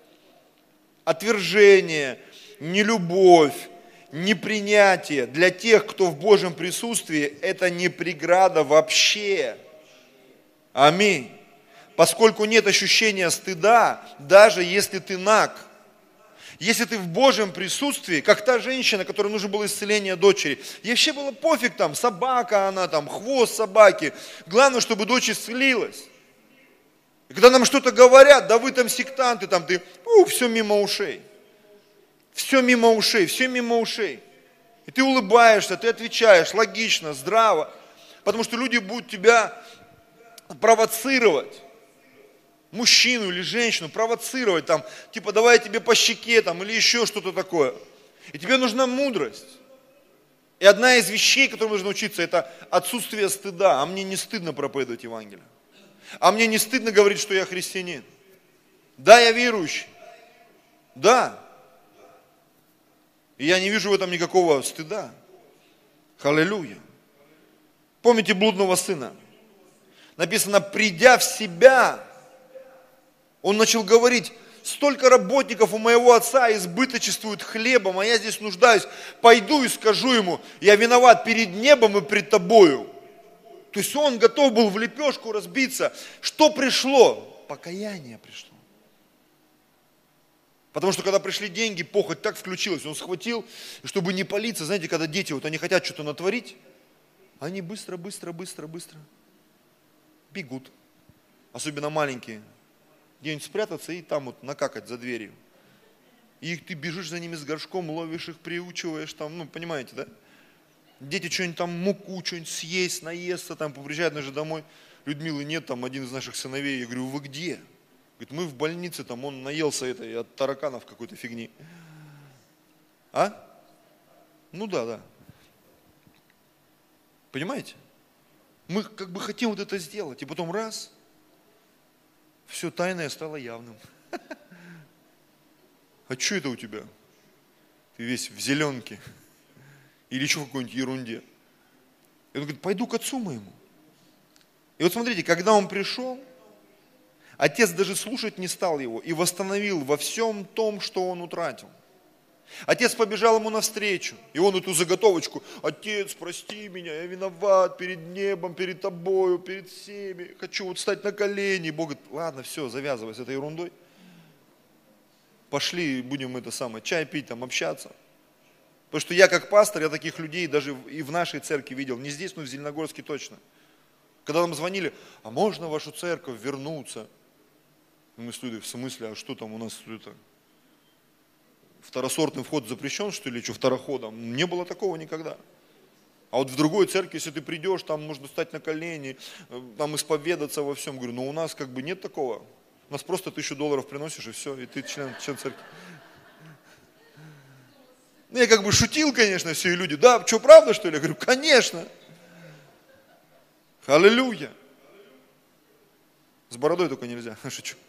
Отвержение, нелюбовь, непринятие для тех, кто в Божьем присутствии, это не преграда вообще. Аминь. Поскольку нет ощущения стыда, даже если ты наг. Если ты в Божьем присутствии, как та женщина, которой нужно было исцеление дочери, ей вообще было пофиг, там, собака она, там, хвост собаки. Главное, чтобы дочь исцелилась. И когда нам что-то говорят, да вы там сектанты, там ты, все мимо ушей. Все мимо ушей, все мимо ушей. И ты улыбаешься, ты отвечаешь логично, здраво. Потому что люди будут тебя провоцировать. мужчину или женщину провоцировать, там, типа, давай я тебе по щеке, там, или еще что-то такое. И тебе нужна мудрость. И одна из вещей, которым нужно учиться, это отсутствие стыда. А мне не стыдно проповедовать Евангелие. А мне не стыдно говорить, что я христианин. Да, я верующий. Да. И я не вижу в этом никакого стыда. Аллилуйя. Помните блудного сына? Написано, придя в себя, он начал говорить, столько работников у моего отца избыточествуют хлебом, а я здесь нуждаюсь. Пойду и скажу ему, я виноват перед небом и пред тобою. То есть он готов был в лепешку разбиться. Что пришло? Покаяние пришло. Потому что когда пришли деньги, похоть так включилась. Он схватил, чтобы не палиться. Знаете, когда дети, вот они хотят что-то натворить, они быстро бегут. Особенно маленькие. Где-нибудь спрятаться и там вот накакать за дверью. И ты бежишь за ними с горшком, ловишь их, приучиваешь там, понимаете, да? Дети что-нибудь там, муку, что-нибудь съесть, наесться, там, приезжают даже домой. Людмилы нет, там, один из наших сыновей. Я говорю, вы где? Говорит, мы в больнице, там, он наелся этой от тараканов какой-то фигни. А? Ну да. Понимаете? Мы как бы хотим вот это сделать, и потом раз, все тайное стало явным. А что это у тебя? Ты весь в зеленке. Или еще в какой-нибудь ерунде. И он говорит, пойду к отцу моему. И вот смотрите, когда он пришел, отец даже слушать не стал его и восстановил во всем том, что он утратил. Отец побежал ему навстречу, и он эту заготовочку, отец, прости меня, я виноват перед небом, перед тобою, перед всеми, хочу вот встать на колени. Бог говорит, ладно, все, завязывай с этой ерундой. Пошли, будем чай пить, там, общаться. Потому что я как пастор, я таких людей даже и в нашей церкви видел, не здесь, но в Зеленогорске точно. Когда нам звонили, а можно в вашу церковь вернуться? И мы с людьми, в смысле, а что там у нас это? Второсортный вход запрещен, что ли, что второходом? Не было такого никогда. А вот в другой церкви, если ты придешь, там можно встать на колени, там исповедаться во всем. Говорю, у нас как бы нет такого. У нас просто $1000 приносишь, и все, и ты член церкви. Ну, я как бы шутил, конечно, все, и люди, да, что, правда, что ли? Я говорю, конечно. Аллилуйя. С бородой только нельзя, шучу.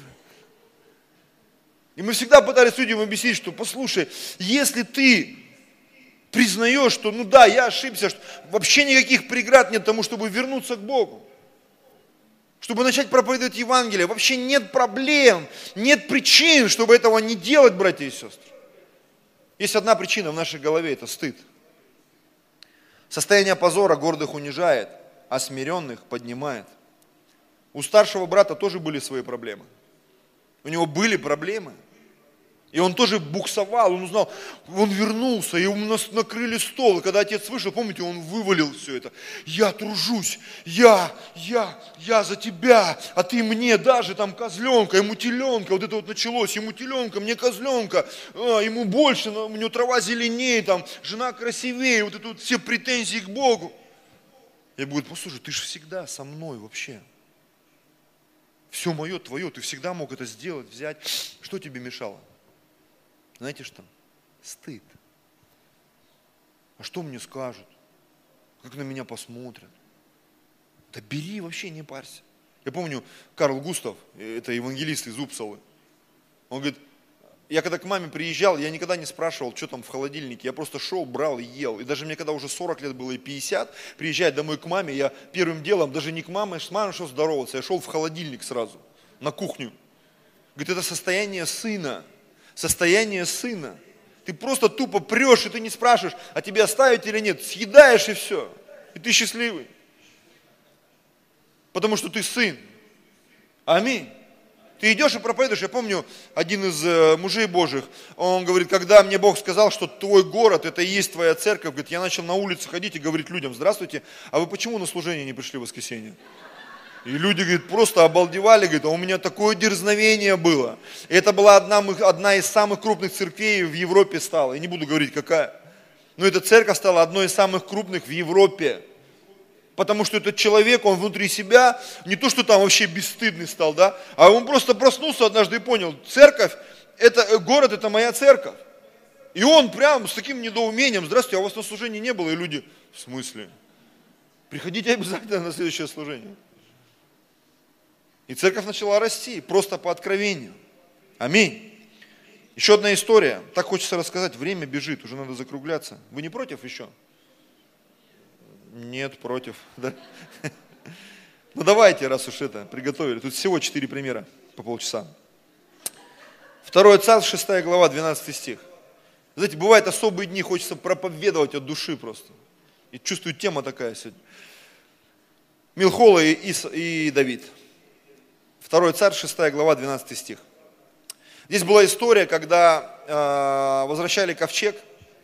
И мы всегда пытались людям объяснить, что, послушай, если ты признаешь, что, я ошибся, что вообще никаких преград нет тому, чтобы вернуться к Богу, чтобы начать проповедовать Евангелие, вообще нет проблем, нет причин, чтобы этого не делать, братья и сестры. Есть одна причина в нашей голове, это стыд. Состояние позора гордых унижает, а смиренных поднимает. У старшего брата тоже были свои проблемы. У него были проблемы. И он тоже буксовал, он узнал, он вернулся, и у нас накрыли стол. И когда отец вышел, помните, он вывалил все это. Я тружусь, я за тебя, а ты мне даже там козленка, ему теленка, вот это вот началось, ему теленка, мне козленка, ему больше, у него трава зеленее, там, жена красивее, вот это вот все претензии к Богу. Я говорю, послушай, ты же всегда со мной вообще. Все мое, твое, ты всегда мог это сделать, взять. Что тебе мешало? Знаете что? Стыд. А что мне скажут? Как на меня посмотрят? Да бери, вообще не парься. Я помню, Карл Густав, это евангелист из Упсалы, он говорит, я когда к маме приезжал, я никогда не спрашивал, что там в холодильнике, я просто шел, брал и ел. И даже мне когда уже 40 лет было и 50, приезжая домой к маме, я первым делом, даже не к маме, с мамой шел здороваться, я шел в холодильник сразу, на кухню. Говорит, это состояние сына. Состояние сына. Ты просто тупо прешь, и ты не спрашиваешь, а тебе оставить или нет. Съедаешь и все. И ты счастливый. Потому что ты сын. Аминь. Ты идешь и проповедуешь. Я помню, один из мужей Божьих, он говорит, когда мне Бог сказал, что твой город, это и есть твоя церковь, говорит, я начал на улице ходить и говорить людям, здравствуйте, а вы почему на служение не пришли в воскресенье? И люди, говорит, просто обалдевали, говорит, а у меня такое дерзновение было. И это была одна из самых крупных церквей в Европе стала. Я не буду говорить, какая. Но эта церковь стала одной из самых крупных в Европе. потому что этот человек, он внутри себя, не то, что там вообще бесстыдный стал, да, а он просто проснулся однажды и понял, церковь, город это моя церковь. И он прям с таким недоумением: здравствуйте, а у вас на служении не было? И люди: в смысле? Приходите обязательно на следующее служение. И церковь начала расти, просто по откровению. Аминь. Еще одна история. Так хочется рассказать, время бежит, уже надо закругляться. Вы не против еще? Нет, против. Да? Ну давайте, раз уж это, приготовили. Тут всего 4 примера по полчаса. 2 Царств, 6 глава, 12 стих. Знаете, бывают особые дни, хочется проповедовать от души просто. И чувствую, тема такая сегодня. Милхола и Давид. 2 Царств, 6 глава, 12 стих. Здесь была история, когда возвращали ковчег,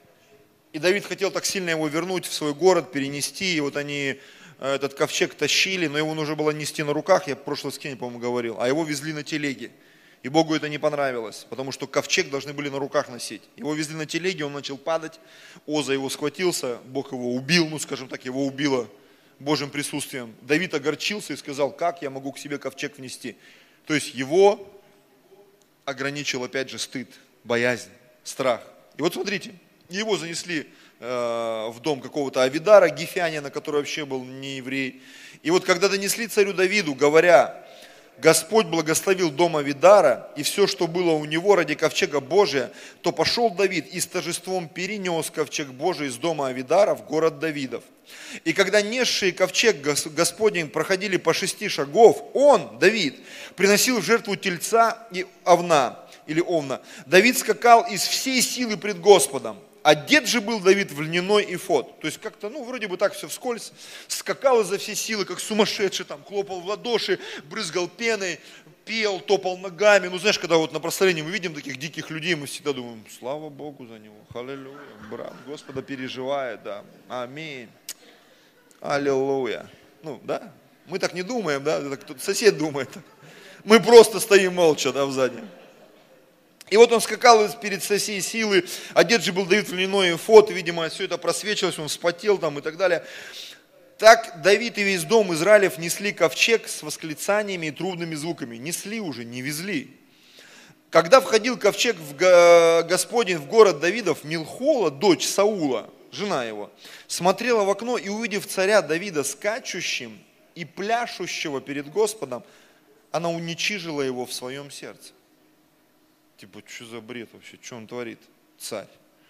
и Давид хотел так сильно его вернуть в свой город, перенести, и вот они этот ковчег тащили, но его нужно было нести на руках, я в прошлой схеме, по-моему, говорил, а его везли на телеге. И Богу это не понравилось, потому что ковчег должны были на руках носить. Его везли на телеге, он начал падать, Оза его схватился, Бог его убил, ну скажем так, его убило Божьим присутствием. Давид огорчился и сказал: как я могу к себе ковчег внести? То есть его ограничил опять же стыд, боязнь, страх. И вот смотрите, его занесли в дом какого-то Авидара, гифянина, который вообще был не еврей. И вот когда донесли царю Давиду, говоря: Господь благословил дом Авидара и все, что было у него ради ковчега Божия, то пошел Давид и с торжеством перенес ковчег Божий из дома Авидара в город Давидов. И когда несшие ковчег Господень проходили по 6 шагов, он, Давид, приносил в жертву тельца и овна, или овна. Давид скакал из всей силы пред Господом. Одет же был Давид в льняной эфод. То есть как-то, вроде бы так все вскользь, скакал изо всей силы, как сумасшедший, там, хлопал в ладоши, брызгал пеной, пел, топал ногами. Знаешь, когда вот на прославлении мы видим таких диких людей, мы всегда думаем: слава Богу за него, аллилуйя, брат Господа переживает, да, аминь, аллилуйя. Да, мы так не думаем, да, так сосед думает. Мы просто стоим молча, да, сзади. И вот он скакал перед всей силы, одет же был Давид в льняной эфод, и, видимо, все это просвечивалось, он вспотел там и так далее. Так Давид и весь дом Израилев несли ковчег с восклицаниями и трубными звуками. Несли уже, не везли. Когда входил ковчег Господень в город Давидов, Милхола, дочь Саула, жена его, смотрела в окно и, увидев царя Давида скачущим и пляшущего перед Господом, она уничижила его в своем сердце. Типа, что за бред вообще, что он творит, царь?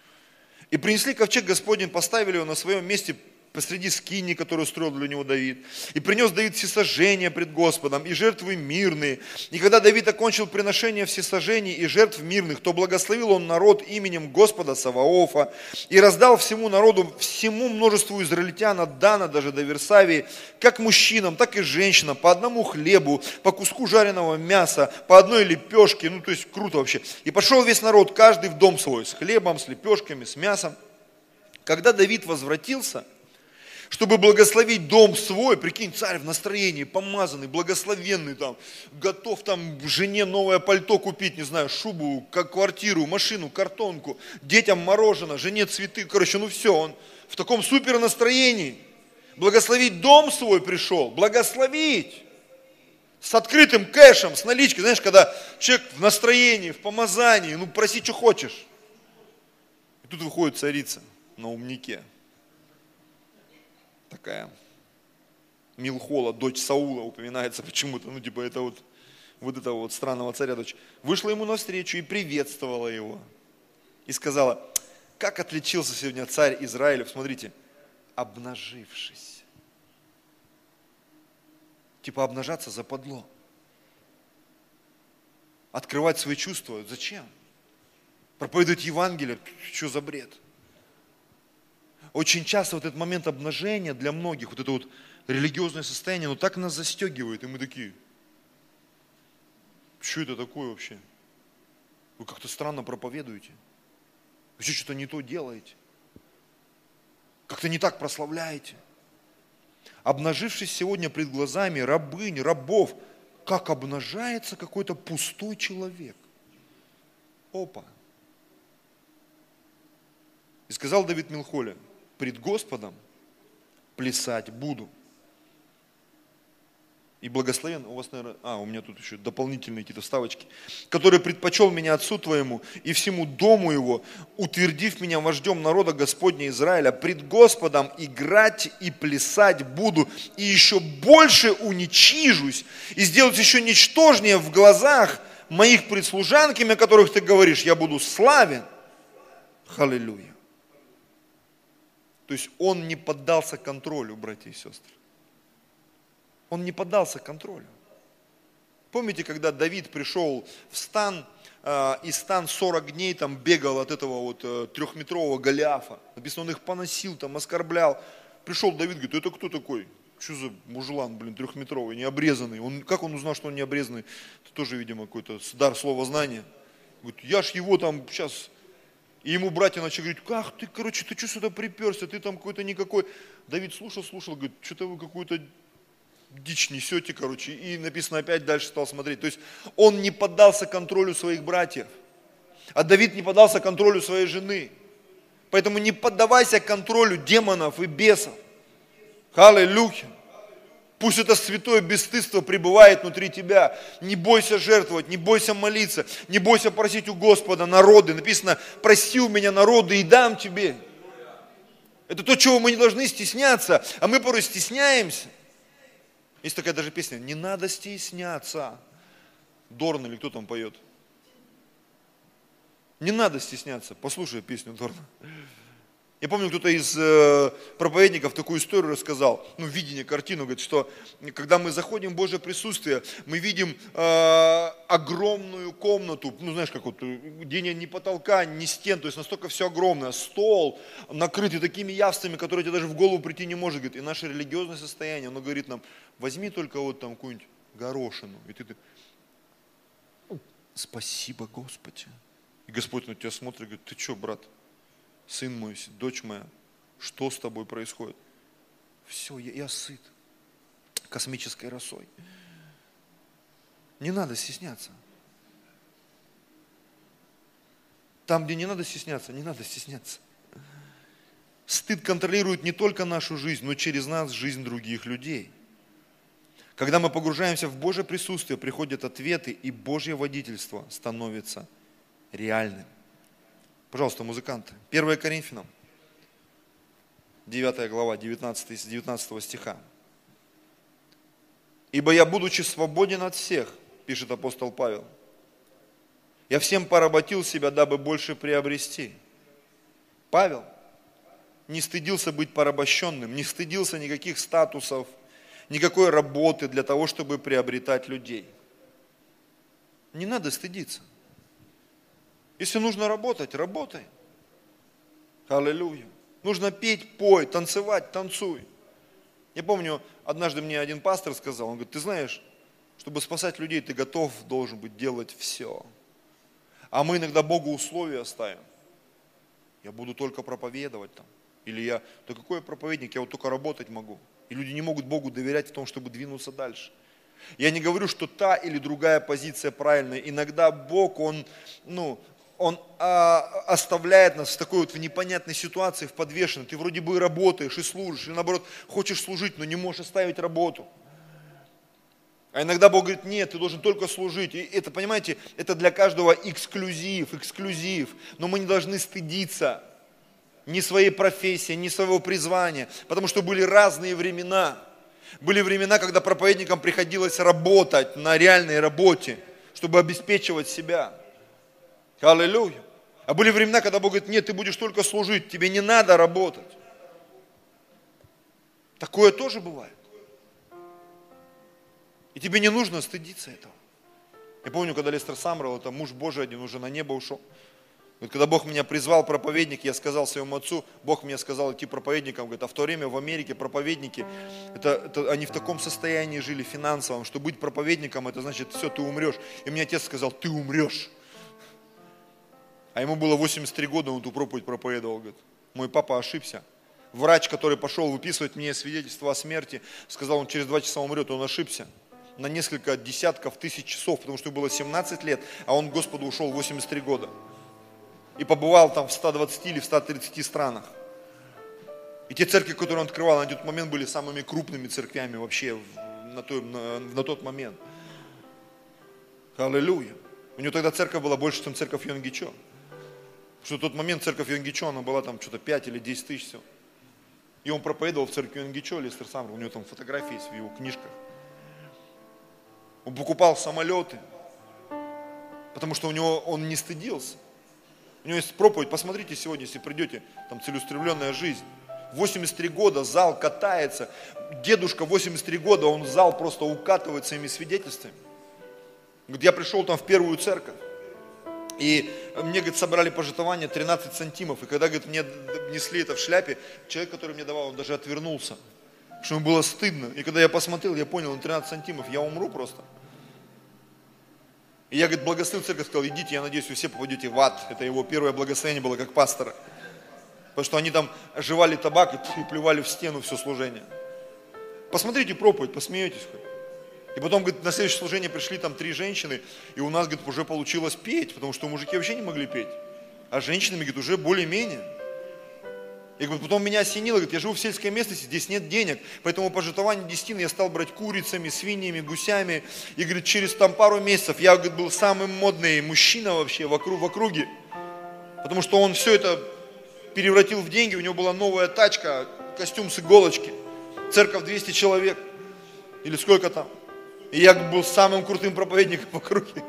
И принесли ковчег Господень, поставили его на своем месте посреди скинии, которую строил для него Давид. И принес Давид всесожжения пред Господом, и жертвы мирные. И когда Давид окончил приношение всесожжений и жертв мирных, то благословил он народ именем Господа Саваофа, и раздал всему народу, всему множеству израильтян от Дана даже до Версавии, как мужчинам, так и женщинам, по одному хлебу, по куску жареного мяса, по одной лепешке, то есть круто вообще. И пошел весь народ, каждый в дом свой, с хлебом, с лепешками, с мясом. Когда Давид возвратился, чтобы благословить дом свой, прикинь, царь в настроении, помазанный, благословенный, там, готов там жене новое пальто купить, не знаю, шубу, квартиру, машину, картонку, детям мороженое, жене цветы, все, он в таком супер настроении. Благословить дом свой пришел, благословить, с открытым кэшем, с наличкой, знаешь, когда человек в настроении, в помазании, проси, что хочешь. И тут выходит царица на умнике. Такая Милхола, дочь Саула, упоминается почему-то, это вот этого странного царя дочь. Вышла ему навстречу и приветствовала его. И сказала: как отличился сегодня царь Израилев, смотрите, обнажившись. Типа обнажаться западло. Открывать свои чувства, зачем? Проповедовать Евангелие, что за бред? Очень часто вот этот момент обнажения для многих, вот это вот религиозное состояние, так нас застегивает, и мы такие: что это такое вообще? Вы как-то странно проповедуете, вы что-то не то делаете, как-то не так прославляете. Обнажившись сегодня пред глазами рабынь, рабов, как обнажается какой-то пустой человек. Опа! И сказал Давид Милхоле: пред Господом плясать буду. И благословен, у вас, наверное, у меня тут еще дополнительные какие-то вставочки, который предпочел меня отцу твоему и всему дому его, утвердив меня вождем народа Господня Израиля, пред Господом играть и плясать буду, и еще больше уничижусь, и сделать еще ничтожнее в глазах моих прислужанками, о которых ты говоришь, я буду славен. Аллилуйя. То есть он не поддался контролю, братья и сестры. Он не поддался контролю. Помните, когда Давид пришел в стан, и стан 40 дней там бегал от этого вот 3-метрового Голиафа. Написано, он их поносил, там оскорблял. Пришел Давид, говорит, это кто такой? Что за мужлан, 3-метровый, необрезанный? Как он узнал, что он необрезанный? Это тоже, видимо, какой-то дар слова знания. Говорит, я ж его там сейчас... И ему братья начали говорить, как ты, ты что сюда приперся, ты там какой-то никакой. Давид слушал, говорит, что-то вы какую-то дичь несете, и написано опять дальше стал смотреть. То есть он не поддался контролю своих братьев, а Давид не поддался контролю своей жены. Поэтому не поддавайся контролю демонов и бесов. Аллилуйя. Пусть это святое бесстыдство пребывает внутри тебя. Не бойся жертвовать, не бойся молиться, не бойся просить у Господа народы. Написано, проси у меня народы и дам тебе. Это то, чего мы не должны стесняться, а мы порой стесняемся. Есть такая даже песня, не надо стесняться. Дорн или кто там поет? Не надо стесняться. Послушай песню Дорна. Я помню, кто-то из проповедников такую историю рассказал, видение, картину, говорит, что когда мы заходим в Божье присутствие, мы видим огромную комнату, знаешь, как вот, где ни потолка, ни стен, то есть настолько все огромное, стол накрытый такими явствами, которые тебе даже в голову прийти не может, говорит, и наше религиозное состояние, оно говорит нам, возьми только вот там какую-нибудь горошину, и ты спасибо, Господи. И Господь на тебя смотрит и говорит, ты что, брат? Сын мой, дочь моя, что с тобой происходит? Все, я сыт космической росой. Не надо стесняться. Там, где не надо стесняться, не надо стесняться. Стыд контролирует не только нашу жизнь, но через нас жизнь других людей. Когда мы погружаемся в Божье присутствие, приходят ответы, и Божье водительство становится реальным. Пожалуйста, музыканты. 1 Коринфянам, 9 глава, 19 стиха. «Ибо я, будучи свободен от всех, пишет апостол Павел, я всем поработил себя, дабы больше приобрести». Павел не стыдился быть порабощенным, не стыдился никаких статусов, никакой работы для того, чтобы приобретать людей. Не надо стыдиться. Если нужно работать, работай. Аллилуйя. Нужно петь, пой, танцевать, танцуй. Я помню, однажды мне один пастор сказал, он говорит, ты знаешь, чтобы спасать людей, ты должен быть делать все. А мы иногда Богу условия ставим. Я буду только проповедовать там. Или да какой я проповедник, я вот только работать могу. И люди не могут Богу доверять в том, чтобы двинуться дальше. Я не говорю, что та или другая позиция правильная. Иногда Бог, Он оставляет нас в такой вот в непонятной ситуации, в подвешенной. Ты вроде бы и работаешь, и служишь, и наоборот, хочешь служить, но не можешь оставить работу. А иногда Бог говорит, нет, ты должен только служить. И это, понимаете, это для каждого эксклюзив. Но мы не должны стыдиться ни своей профессии, ни своего призвания, потому что были разные времена. Были времена, когда проповедникам приходилось работать на реальной работе, чтобы обеспечивать себя. Аллилуйя. А были времена, когда Бог говорит, нет, ты будешь только служить, тебе не надо работать. Такое тоже бывает. И тебе не нужно стыдиться этого. Я помню, когда Лестер Самрелл, это муж Божий один, уже на небо ушел. Говорит, когда Бог меня призвал проповедник, я сказал своему отцу, Бог мне сказал идти проповедником, говорит, а в то время в Америке проповедники, они в таком состоянии жили финансовом, что быть проповедником, это значит, все, ты умрешь. И мне отец сказал, ты умрешь. А ему было 83 года, он эту проповедь проповедовал, говорит, мой папа ошибся. Врач, который пошел выписывать мне свидетельство о смерти, сказал, он через 2 часа умрет, он ошибся. На несколько десятков тысяч часов, потому что ему было 17 лет, а он к Господу ушел 83 года. И побывал там в 120 или в 130 странах. И те церкви, которые он открывал, на тот момент были самыми крупными церквями вообще на тот момент. Аллилуйя. У него тогда церковь была больше, чем церковь Йонгичо. Потому что в тот момент церковь Йонгичо, она была там что-то 5 или 10 тысяч всего. И он проповедовал в церкви Йонгичо, Лестер Самбр, у него там фотографии есть в его книжках. Он покупал самолеты, потому что он не стыдился. У него есть проповедь, посмотрите сегодня, если придете, там целеустремленная жизнь. 83 года, зал катается, дедушка 83 года, он зал просто укатывает своими свидетельствами. Говорит, я пришел там в первую церковь, и мне, говорит, собрали пожертвование 13 сантимов, и когда, говорит, мне несли это в шляпе, человек, который мне давал, он даже отвернулся, потому что ему было стыдно. И когда я посмотрел, я понял, он 13 сантимов, я умру просто. И я, говорит, благословил церковь, сказал, идите, я надеюсь, вы все попадете в ад. Это его первое благословение было как пастора. Потому что они там жевали табак и плевали в стену все служение. Посмотрите проповедь, посмеетесь хоть. И потом, говорит, на следующее служение пришли там 3 женщины, и у нас, говорит, уже получилось петь, потому что мужики вообще не могли петь. А женщинами, говорит, уже более-менее. И говорит, потом меня осенило, говорит, я живу в сельской местности, здесь нет денег, поэтому пожертвование десятины я стал брать курицами, свиньями, гусями. И, говорит, через там пару месяцев я, говорит, был самый модный мужчина вообще в округе, потому что он все это превратил в деньги, у него была новая тачка, костюм с иголочки, церковь 200 человек, или сколько там. И я был самым крутым проповедником в округе.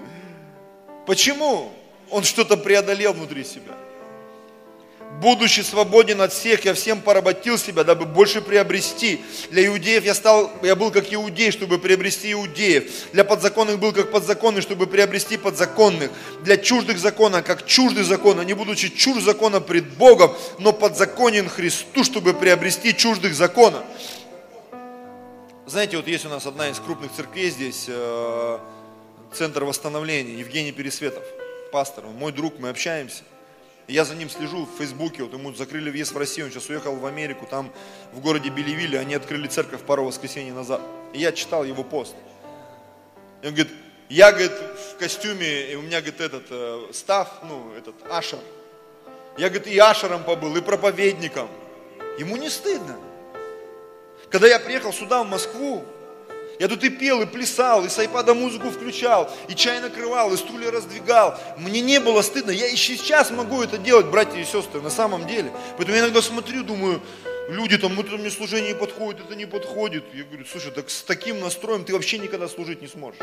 Почему? Он что-то преодолел внутри себя. Будучи свободен от всех, я всем поработил себя, дабы больше приобрести. Для иудеев я был как иудей, чтобы приобрести иудеев. Для подзаконных был как подзаконный, чтобы приобрести подзаконных. Для чуждых закона, как чуждый закона, не будучи чужд закона пред Богом, но подзаконен Христу, чтобы приобрести чуждых закона. Знаете, вот есть у нас одна из крупных церквей здесь, Центр восстановления, Евгений Пересветов, пастор, он мой друг, мы общаемся. Я за ним слежу в Фейсбуке, вот ему закрыли въезд в Россию, он сейчас уехал в Америку, там в городе Белливилле они открыли церковь пару воскресений назад. И я читал его пост. И он говорит, я, говорит, в костюме, и у меня, говорит, этот став, ашер. Я, говорит, и ашером побыл, и проповедником. Ему не стыдно. Когда я приехал сюда, в Москву, я тут и пел, и плясал, и с айпада музыку включал, и чай накрывал, и стулья раздвигал. Мне не было стыдно. Я и сейчас могу это делать, братья и сестры, на самом деле. Поэтому я иногда смотрю, думаю, люди там, это мне служение не подходит, это не подходит. Я говорю, слушай, так с таким настроем ты вообще никогда служить не сможешь.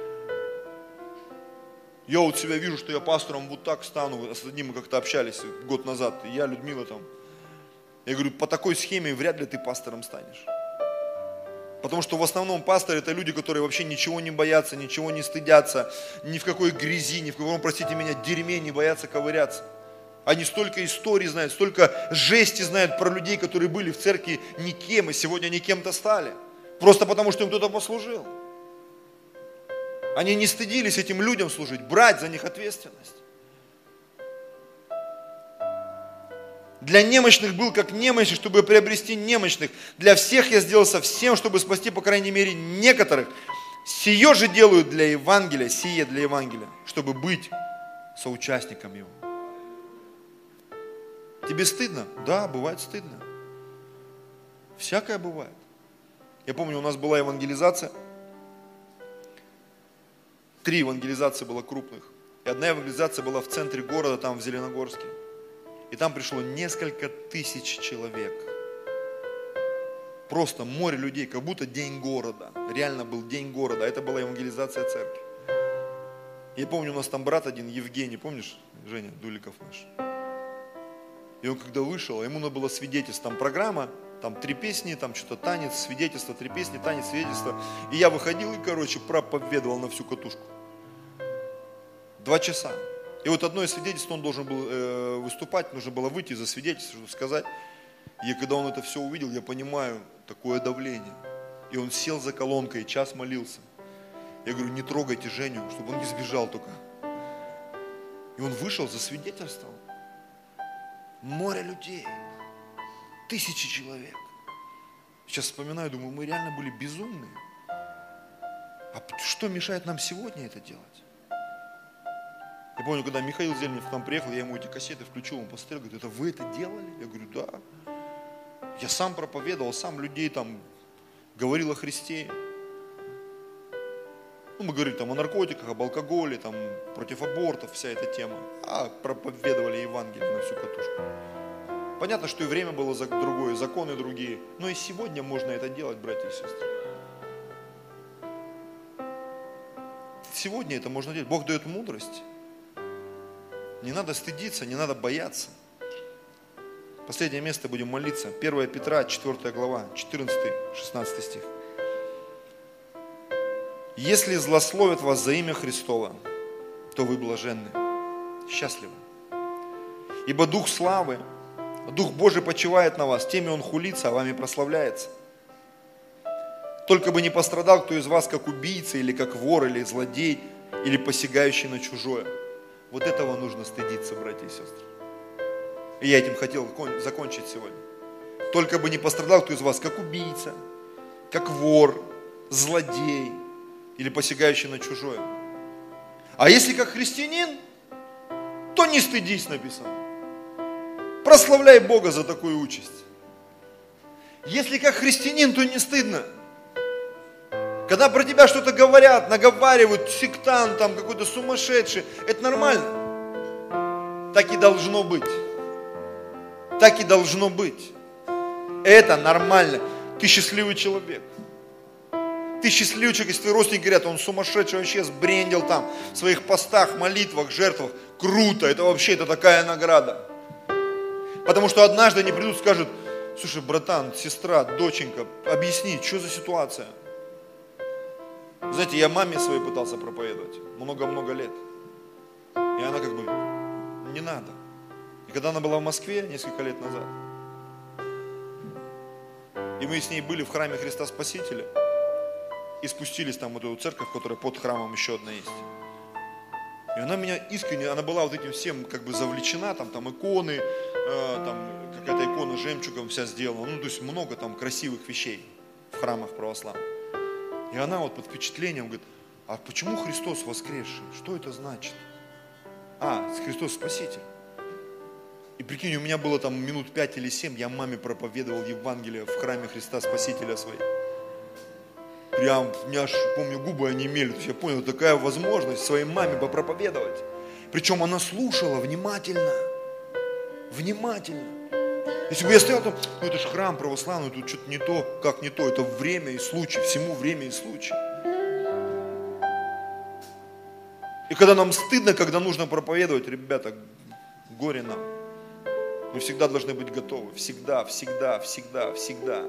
Я вот себя вижу, что я пастором вот так стану. С одним мы как-то общались год назад, и я, Людмила там. Я говорю, по такой схеме вряд ли ты пастором станешь. Потому что в основном пасторы это люди, которые вообще ничего не боятся, ничего не стыдятся, ни в какой грязи, ни в каком, простите меня, дерьме не боятся ковыряться. Они столько историй знают, столько жести знают про людей, которые были в церкви никем, и сегодня они кем-то стали. Просто потому, что им кто-то послужил. Они не стыдились этим людям служить, брать за них ответственность. Для немощных был как немощный, чтобы приобрести немощных. Для всех я сделался всем, чтобы спасти, по крайней мере, некоторых. Сие же делают для Евангелия, чтобы быть соучастником его. Тебе стыдно? Да, бывает стыдно. Всякое бывает. Я помню, у нас была евангелизация. 3 евангелизации было крупных. И одна евангелизация была в центре города, там в Зеленогорске. И там пришло несколько тысяч человек. Просто море людей, как будто день города. Реально был день города. Это была евангелизация церкви. Я помню, у нас там брат один, Евгений, помнишь, Женя Дуликов наш? И он когда вышел, ему надо было свидетельство. Там программа, там 3 песни, там что-то танец, свидетельство, 3 песни, танец, свидетельство. И я выходил и, проповедовал на всю катушку. 2 часа. И вот одно из свидетельств, он должен был выступать, нужно было выйти за свидетельство, чтобы сказать. И когда он это все увидел, я понимаю, такое давление. И он сел за колонкой, и час молился. Я говорю, не трогайте Женю, чтобы он не сбежал только. И он вышел за свидетельством. Море людей, 1000 человек. Сейчас вспоминаю, думаю, мы реально были безумные. А что мешает нам сегодня это делать? Я помню, когда Михаил Зельнев к нам приехал, я ему эти кассеты включил, он посмотрел, говорит, это вы это делали? Я говорю, да. Я сам проповедовал, сам людей там говорил о Христе. Мы говорили там о наркотиках, об алкоголе, там, против абортов, вся эта тема. А проповедовали Евангелие на всю катушку. Понятно, что и время было другое, законы другие. Но и сегодня можно это делать, братья и сестры. Сегодня это можно делать. Бог дает мудрость. Не надо стыдиться, не надо бояться. Последнее место будем молиться. 1 Петра, 4 глава, 14-16 стих. Если злословят вас за имя Христово, то вы блаженны, счастливы. Ибо Дух славы, Дух Божий почивает на вас, теми Он хулится, а вами прославляется. Только бы не пострадал кто из вас, как убийца, или как вор, или злодей, или посягающий на чужое. Вот этого нужно стыдиться, братья и сестры. И я этим хотел закончить сегодня. Только бы не пострадал кто из вас, как убийца, как вор, злодей, или посягающий на чужое. А если как христианин, то не стыдись, написано. Прославляй Бога за такую участь. Если как христианин, то не стыдно. Когда про тебя что-то говорят, наговаривают, сектант, там какой-то сумасшедший, это нормально. Так и должно быть. Так и должно быть. Это нормально. Ты счастливый человек. Ты счастливый человек, если твои родственники говорят, он сумасшедший, вообще сбрендил там в своих постах, молитвах, жертвах. Круто, это вообще, это такая награда. Потому что однажды они придут и скажут: слушай, братан, сестра, доченька, объясни, что за ситуация? Знаете, я маме своей пытался проповедовать много-много лет. И она как бы, не надо. И когда она была в Москве несколько лет назад, и мы с ней были в храме Христа Спасителя, и спустились там в эту церковь, которая под храмом еще одна есть. И она меня искренне, она была вот этим всем как бы завлечена, там иконы, там какая-то икона жемчугом вся сделана, ну то есть много там красивых вещей в храмах православных. И она вот под впечатлением говорит: а почему Христос воскресший? Что это значит? Христос Спаситель. И прикинь, у меня было там минут 5 или 7, я маме проповедовал Евангелие в храме Христа Спасителя своей. Прям, у меня аж, помню, губы онемели. То есть я понял, такая возможность своей маме попроповедовать. Причем она слушала внимательно. Внимательно. Если бы я стоял там, ну это же храм православный, тут что-то не то, как не то. Это время и случай, всему время и случай. И когда нам стыдно, когда нужно проповедовать, ребята, горе нам. Мы всегда должны быть готовы. Всегда, всегда, всегда, всегда.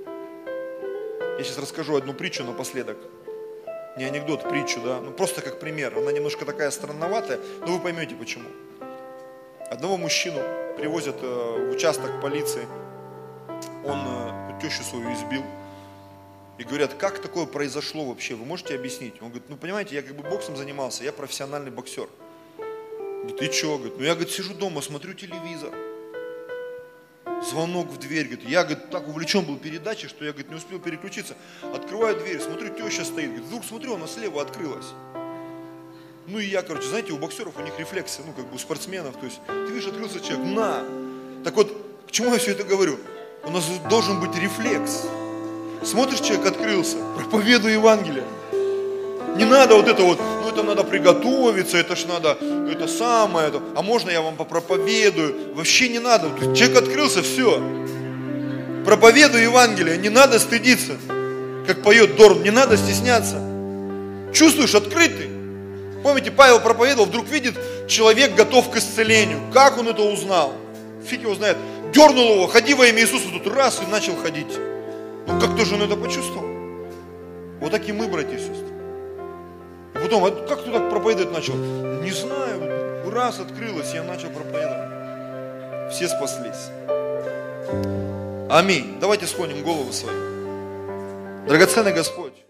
Я сейчас расскажу одну притчу напоследок. Не анекдот, притчу, да. Ну просто как пример. Она немножко такая странноватая, но вы поймете почему. Одного мужчину привозят в участок полиции. Он тещу свою избил. И говорят: как такое произошло вообще? Вы можете объяснить? Он говорит: ну понимаете, я как бы боксом занимался, я профессиональный боксер. Говорит: и что? Говорит: ну я, говорит, сижу дома, смотрю телевизор. Звонок в дверь, говорит, я, говорит, так увлечен был передачей, что я, говорит, не успел переключиться. Открываю дверь, смотрю, теща стоит, говорит, вдруг смотрю, она слева открылась. Ну и я, короче, знаете, у боксеров у них рефлексы, ну как бы у спортсменов, то есть, ты видишь, открылся человек, на. Так вот, к чему я все это говорю? У нас должен быть рефлекс. Смотришь, человек открылся, проповедуй Евангелие. Не надо вот это вот, ну это надо приготовиться, это ж надо, это самое, это, а можно я вам попроповедую? Вообще не надо, человек открылся, все. Проповедуй Евангелие, не надо стыдиться, как поет Дорн, не надо стесняться. Чувствуешь, открытый. Помните, Павел проповедовал, вдруг видит, человек готов к исцелению. Как он это узнал? Фиг его знает. Дернул его, ходи во имя Иисуса, тут раз и начал ходить. Ну как же он это почувствовал? Вот так и мы, братья и сестры. Потом, как ты так проповедовать начал? Не знаю, раз открылось, я начал проповедовать. Все спаслись. Аминь. Давайте склоним голову свои. Драгоценный Господь.